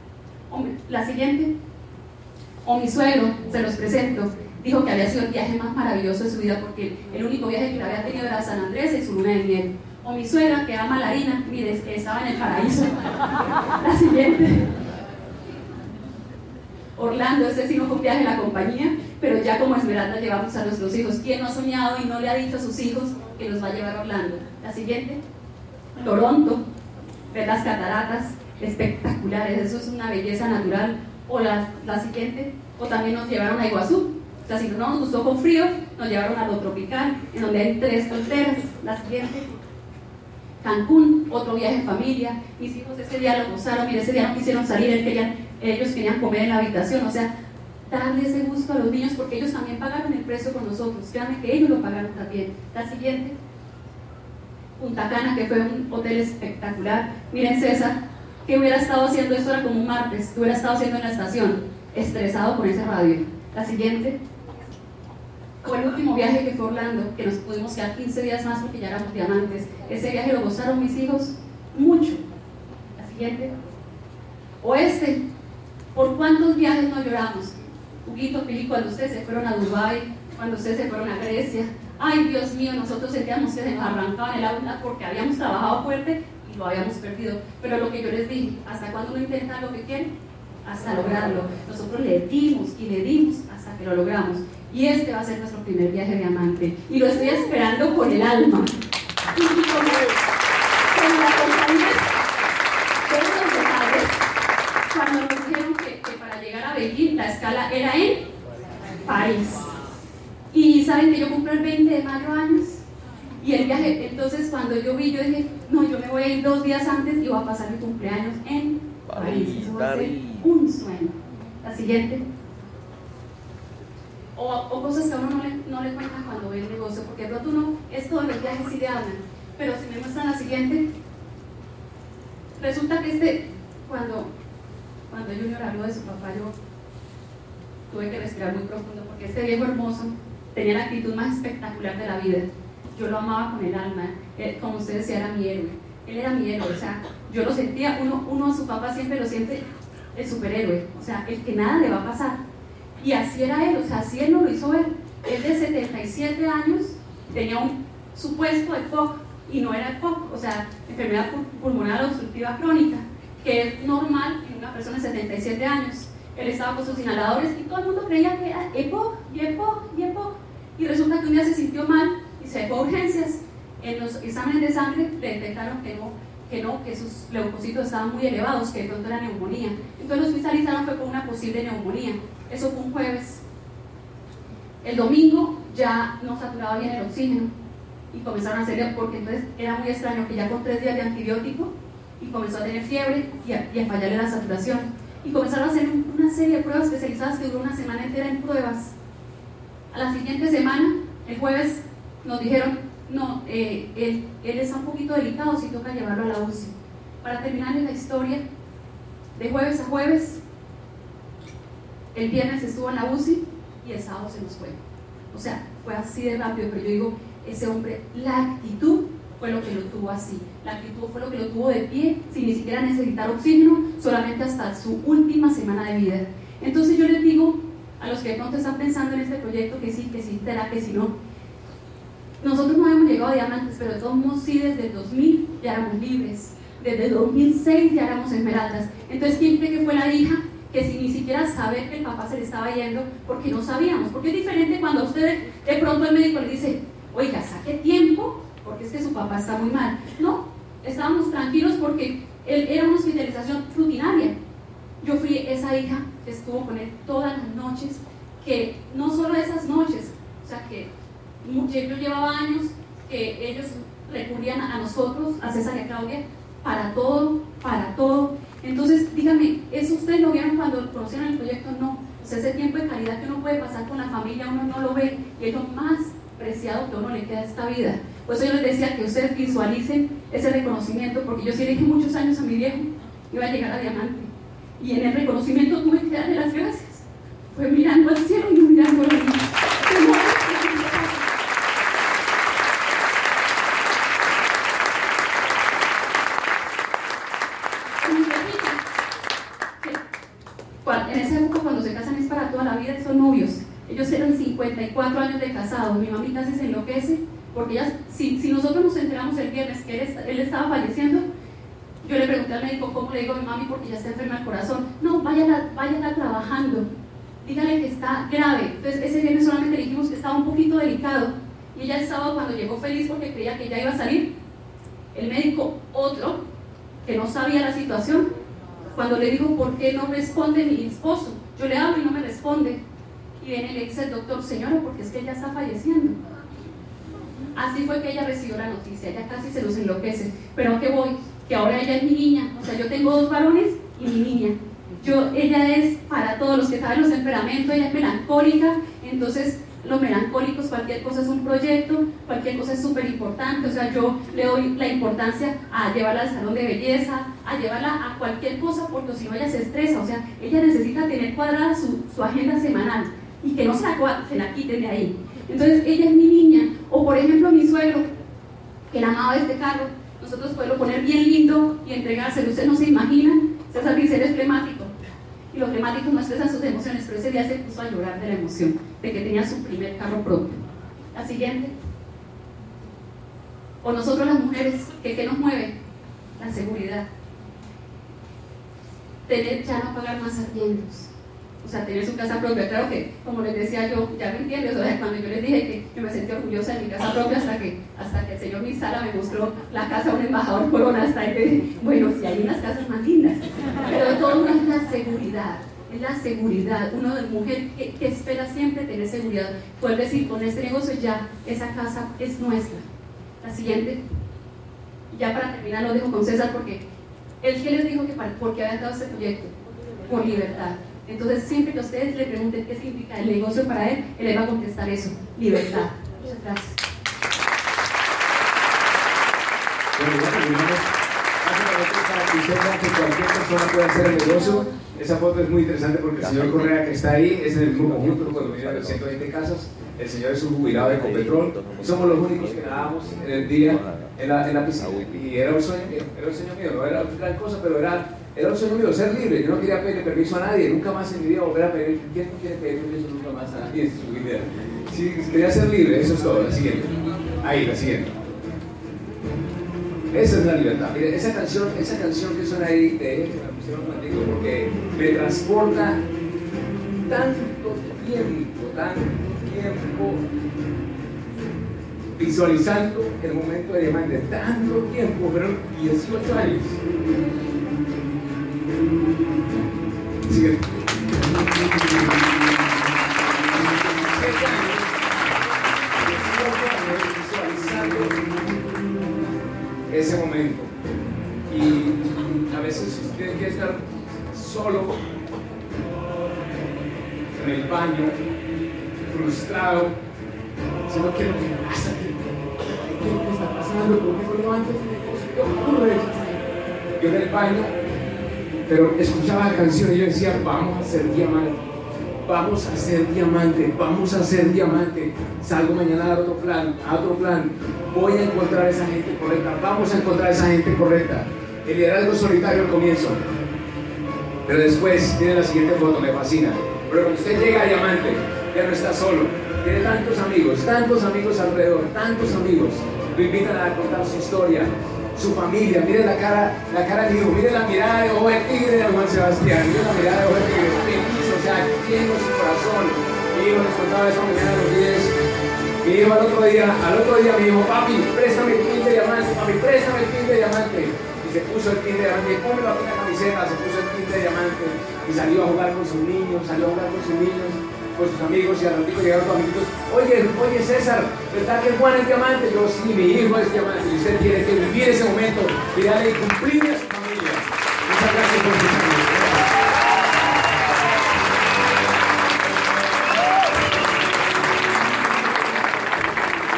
o mi suegro, se los presento, dijo que había sido el viaje más maravilloso de su vida, porque el único viaje que le había tenido era San Andrés y su luna de miel. O mi suegra, que ama la harina, mire, estaba en el paraíso. La siguiente, Orlando. Este sí no fue un viaje en la compañía, pero ya como Esmeralda llevamos a nuestros hijos. ¿Quién no ha soñado y no le ha dicho a sus hijos que los va a llevar a Orlando? La siguiente, Toronto, ver las cataratas espectaculares, eso es una belleza natural. O la siguiente, o también nos llevaron a Iguazú. O sea, si no nos gustó con frío, nos llevaron a lo tropical, en donde hay 3 fronteras. La siguiente, Cancún, otro viaje en familia. Mis hijos ese día lo gozaron, mire, ese día no quisieron salir, ellos querían comer en la habitación. O sea, darle ese gusto a los niños, porque ellos también pagaron el precio con nosotros. Créanme que ellos lo pagaron también. La siguiente, Punta Cana, que fue un hotel espectacular. Miren, César, que hubiera estado haciendo esto, era como un martes, que hubiera estado haciendo en la estación, estresado con ese radio. La siguiente, fue el último viaje que fue Orlando, que nos pudimos quedar 15 días más porque ya éramos diamantes. Ese viaje lo gozaron mis hijos mucho. La siguiente, o ¿por cuántos viajes no lloramos? Huguito, Pili, cuando ustedes se fueron a Dubái, cuando ustedes se fueron a Grecia. Ay, Dios mío, nosotros sentíamos que se nos arrancaban el aula porque habíamos trabajado fuerte y lo habíamos perdido. Pero lo que yo les dije, ¿hasta cuándo uno intenta lo que quiere? Hasta lograrlo. Nosotros le dimos y le dimos hasta que lo logramos. Y este va a ser nuestro primer viaje diamante. Y lo estoy esperando con el alma. Y con la compañía de unos detalles. Cuando nos dijeron escala era en París. Y saben que yo compré el 20 de mayo años y el viaje, entonces cuando yo vi, yo dije, no, yo me voy a ir 2 días antes y voy a pasar mi cumpleaños en París. Eso va a ser un sueño. La siguiente. O cosas que a uno no le cuentan cuando ve el negocio, porque de pronto uno, esto de los viajes sí le hablan. Pero si me muestran la siguiente, resulta que cuando Junior habló de su papá, yo tuve que respirar muy profundo, porque este viejo hermoso tenía la actitud más espectacular de la vida. Yo lo amaba con el alma, como usted decía, era mi héroe. Él era mi héroe, o sea, yo lo sentía, uno a su papá siempre lo siente el superhéroe, o sea, el que nada le va a pasar. Y así era él, o sea, así él no lo hizo ver. Él de 77 años tenía un supuesto EPOC, y no era EPOC, o sea, enfermedad pulmonar obstructiva crónica, que es normal en una persona de 77 años. Él estaba con sus inhaladores y todo el mundo creía que era EPOC, y EPOC, y EPOC. Y resulta que un día se sintió mal y se fue a urgencias. En los exámenes de sangre le detectaron que sus leucocitos estaban muy elevados, que de pronto era neumonía. Entonces lo hospitalizaron, fue con una posible neumonía. Eso fue un jueves. El domingo ya no saturaba bien el oxígeno y comenzaron a hacerle, porque entonces era muy extraño que ya con 3 días de antibiótico y comenzó a tener fiebre y a fallarle la saturación. Y comenzaron a hacer una serie de pruebas especializadas que duró una semana entera en pruebas. A la siguiente semana, el jueves, nos dijeron, no, él está un poquito delicado, si toca llevarlo a la UCI. Para terminar la historia, de jueves a jueves, el viernes estuvo en la UCI y el sábado se nos fue. O sea, fue así de rápido, pero yo digo, ese hombre, la actitud fue lo que lo tuvo así, la actitud fue lo que lo tuvo de pie, sin ni siquiera necesitar oxígeno, solamente hasta su última semana de vida. Entonces yo les digo a los que de pronto están pensando en este proyecto que sí, será que sí, no. Nosotros no habíamos llegado a diamantes, pero de todos modos sí, desde el 2000 ya éramos libres, desde el 2006 ya éramos esmeraldas. Entonces, ¿quién cree que fue la hija que sin ni siquiera saber que el papá se le estaba yendo, porque no sabíamos? Porque es diferente cuando a usted de pronto el médico le dice, oiga, saque tiempo, porque es que su papá está muy mal. No, estábamos tranquilos porque él era una hospitalización rutinaria. Yo fui esa hija que estuvo con él todas las noches, que no solo esas noches, o sea que yo llevaba años que ellos recurrían a nosotros, a César y a Claudia, para todo, para todo. Entonces, díganme, ¿eso ustedes lo vieron cuando conocieron el proyecto? No. O sea, ese tiempo de calidad que uno puede pasar con la familia, uno no lo ve, y es lo más preciado que a uno le queda a esta vida. Por eso yo les decía que ustedes visualicen ese reconocimiento, porque yo sí le dije muchos años a mi viejo, iba a llegar a diamante, y en el reconocimiento tuve que darle las gracias. Fue mirando al cielo y no mirando a la vida. En esa época, cuando se casan es para toda la vida, son novios. Ellos eran 54 años de casados. Mi mami casi se enloquece, porque ella, si nosotros nos enteramos el viernes que él estaba falleciendo, yo le pregunté al médico, ¿cómo le digo a mi mami? Porque ya está enferma el corazón. No, vaya trabajando, dígale que está grave. Entonces ese viernes solamente le dijimos que estaba un poquito delicado, y ella el sábado, cuando llegó feliz porque creía que ya iba a salir, el médico, otro que no sabía la situación, cuando le digo, ¿por qué no responde mi esposo? Yo le hablo y no me responde, y viene y le dice el doctor, señora, porque es que ella está falleciendo. Así fue que ella recibió la noticia, ella casi se los enloquece. Pero ¿a qué voy? Que ahora ella es mi niña, o sea, yo tengo 2 varones y mi niña. Ella es, para todos los que saben los temperamentos, ella es melancólica. Entonces los melancólicos, cualquier cosa es un proyecto, cualquier cosa es súper importante. O sea, yo le doy la importancia a llevarla al salón de belleza, a llevarla a cualquier cosa, porque si no ella se estresa. O sea, ella necesita tener cuadrada su agenda semanal y que no se la quiten de ahí. Entonces ella es mi niña. O por ejemplo mi suegro, que la amaba este carro, nosotros podemos poner bien lindo y entregárselo. Ustedes no se imaginan, César dice, él es flemático, y los flemáticos no expresan sus emociones, pero ese día se puso a llorar de la emoción de que tenía su primer carro propio. La siguiente. O nosotros las mujeres, ¿qué nos mueve? La seguridad. Tener, ya no pagar más arriendos, o sea, tener su casa propia. Claro que, como les decía yo, ya me entiendes, o sea, cuando yo les dije que yo me sentí orgullosa de mi casa propia, hasta que el señor Misala me mostró la casa de un embajador Corona, hasta que, bueno, sí hay unas casas más lindas, pero todo es la seguridad. es la seguridad. Uno de mujer que espera siempre tener seguridad, poder decir, con este negocio ya, esa casa es nuestra. La siguiente, ya para terminar lo dejo con César, porque él que les dijo que por qué había dado este proyecto, por libertad. Entonces siempre que ustedes le pregunten qué significa el negocio para él, él le va a contestar eso, libertad. Muchas gracias. Para que usted vea que cualquier persona puede hacer el negocio. Esa foto es muy interesante porque el señor Correa, que está ahí, es en el mismo conjunto, cuando vinieron de 120 casas. El señor es un jubilado de Ecopetrol y somos los únicos que nadábamos en el día en la piscina. Y era un sueño mío, no era gran cosa, pero era un sueño mío, ser libre. Yo no quería pedirle permiso a nadie, nunca más en mi vida volver a pedir. ¿Quién no quiere pedir permiso nunca más a nadie en su vida? Sí, quería ser libre, eso es todo. La siguiente. Ahí, la siguiente. Esa es la libertad. Mire, esa canción que suena ahí, de la pusieron contigo porque me transporta tanto tiempo visualizando el momento de Diamante, tanto tiempo, fueron 18 años. Siguiente. 18 años visualizando ese momento. Y a veces usted tiene que estar solo en el baño, frustrado, diciendo qué es lo que pasa, qué está pasando, por qué no antes, qué ocurre. Yo en el baño, pero escuchaba la canción y yo decía, vamos a ser diamante, vamos a ser diamante, vamos a ser diamante. Salgo mañana a otro plan, voy a encontrar a esa gente correcta, vamos a encontrar a esa gente correcta. El liderazgo solitario al comienzo, pero después tiene la siguiente foto, me fascina. Pero cuando usted llega a diamante, ya no está solo, tiene tantos amigos alrededor, tantos amigos, lo invitan a contar su historia, su familia. Miren la cara de hijo, miren la mirada de ojo de tigre de Juan Sebastián, miren la mirada de ojo de tigre, o sea, lleno su corazón. Mi hijo les contaba esta mañana a los 10, mi hijo al otro día me dijo, papi, préstame el pin de diamante, y se puso el pin de diamante, póngalo aquí en la camiseta, se puso el pin de diamante, y salió a jugar con sus niños, con sus amigos, y al ratito llegaron los amiguitos, oye César, ¿verdad que Juan es diamante? Yo, sí, mi hijo es diamante, y usted tiene que vivir ese momento y darle cumplir a su familia. Muchas gracias por su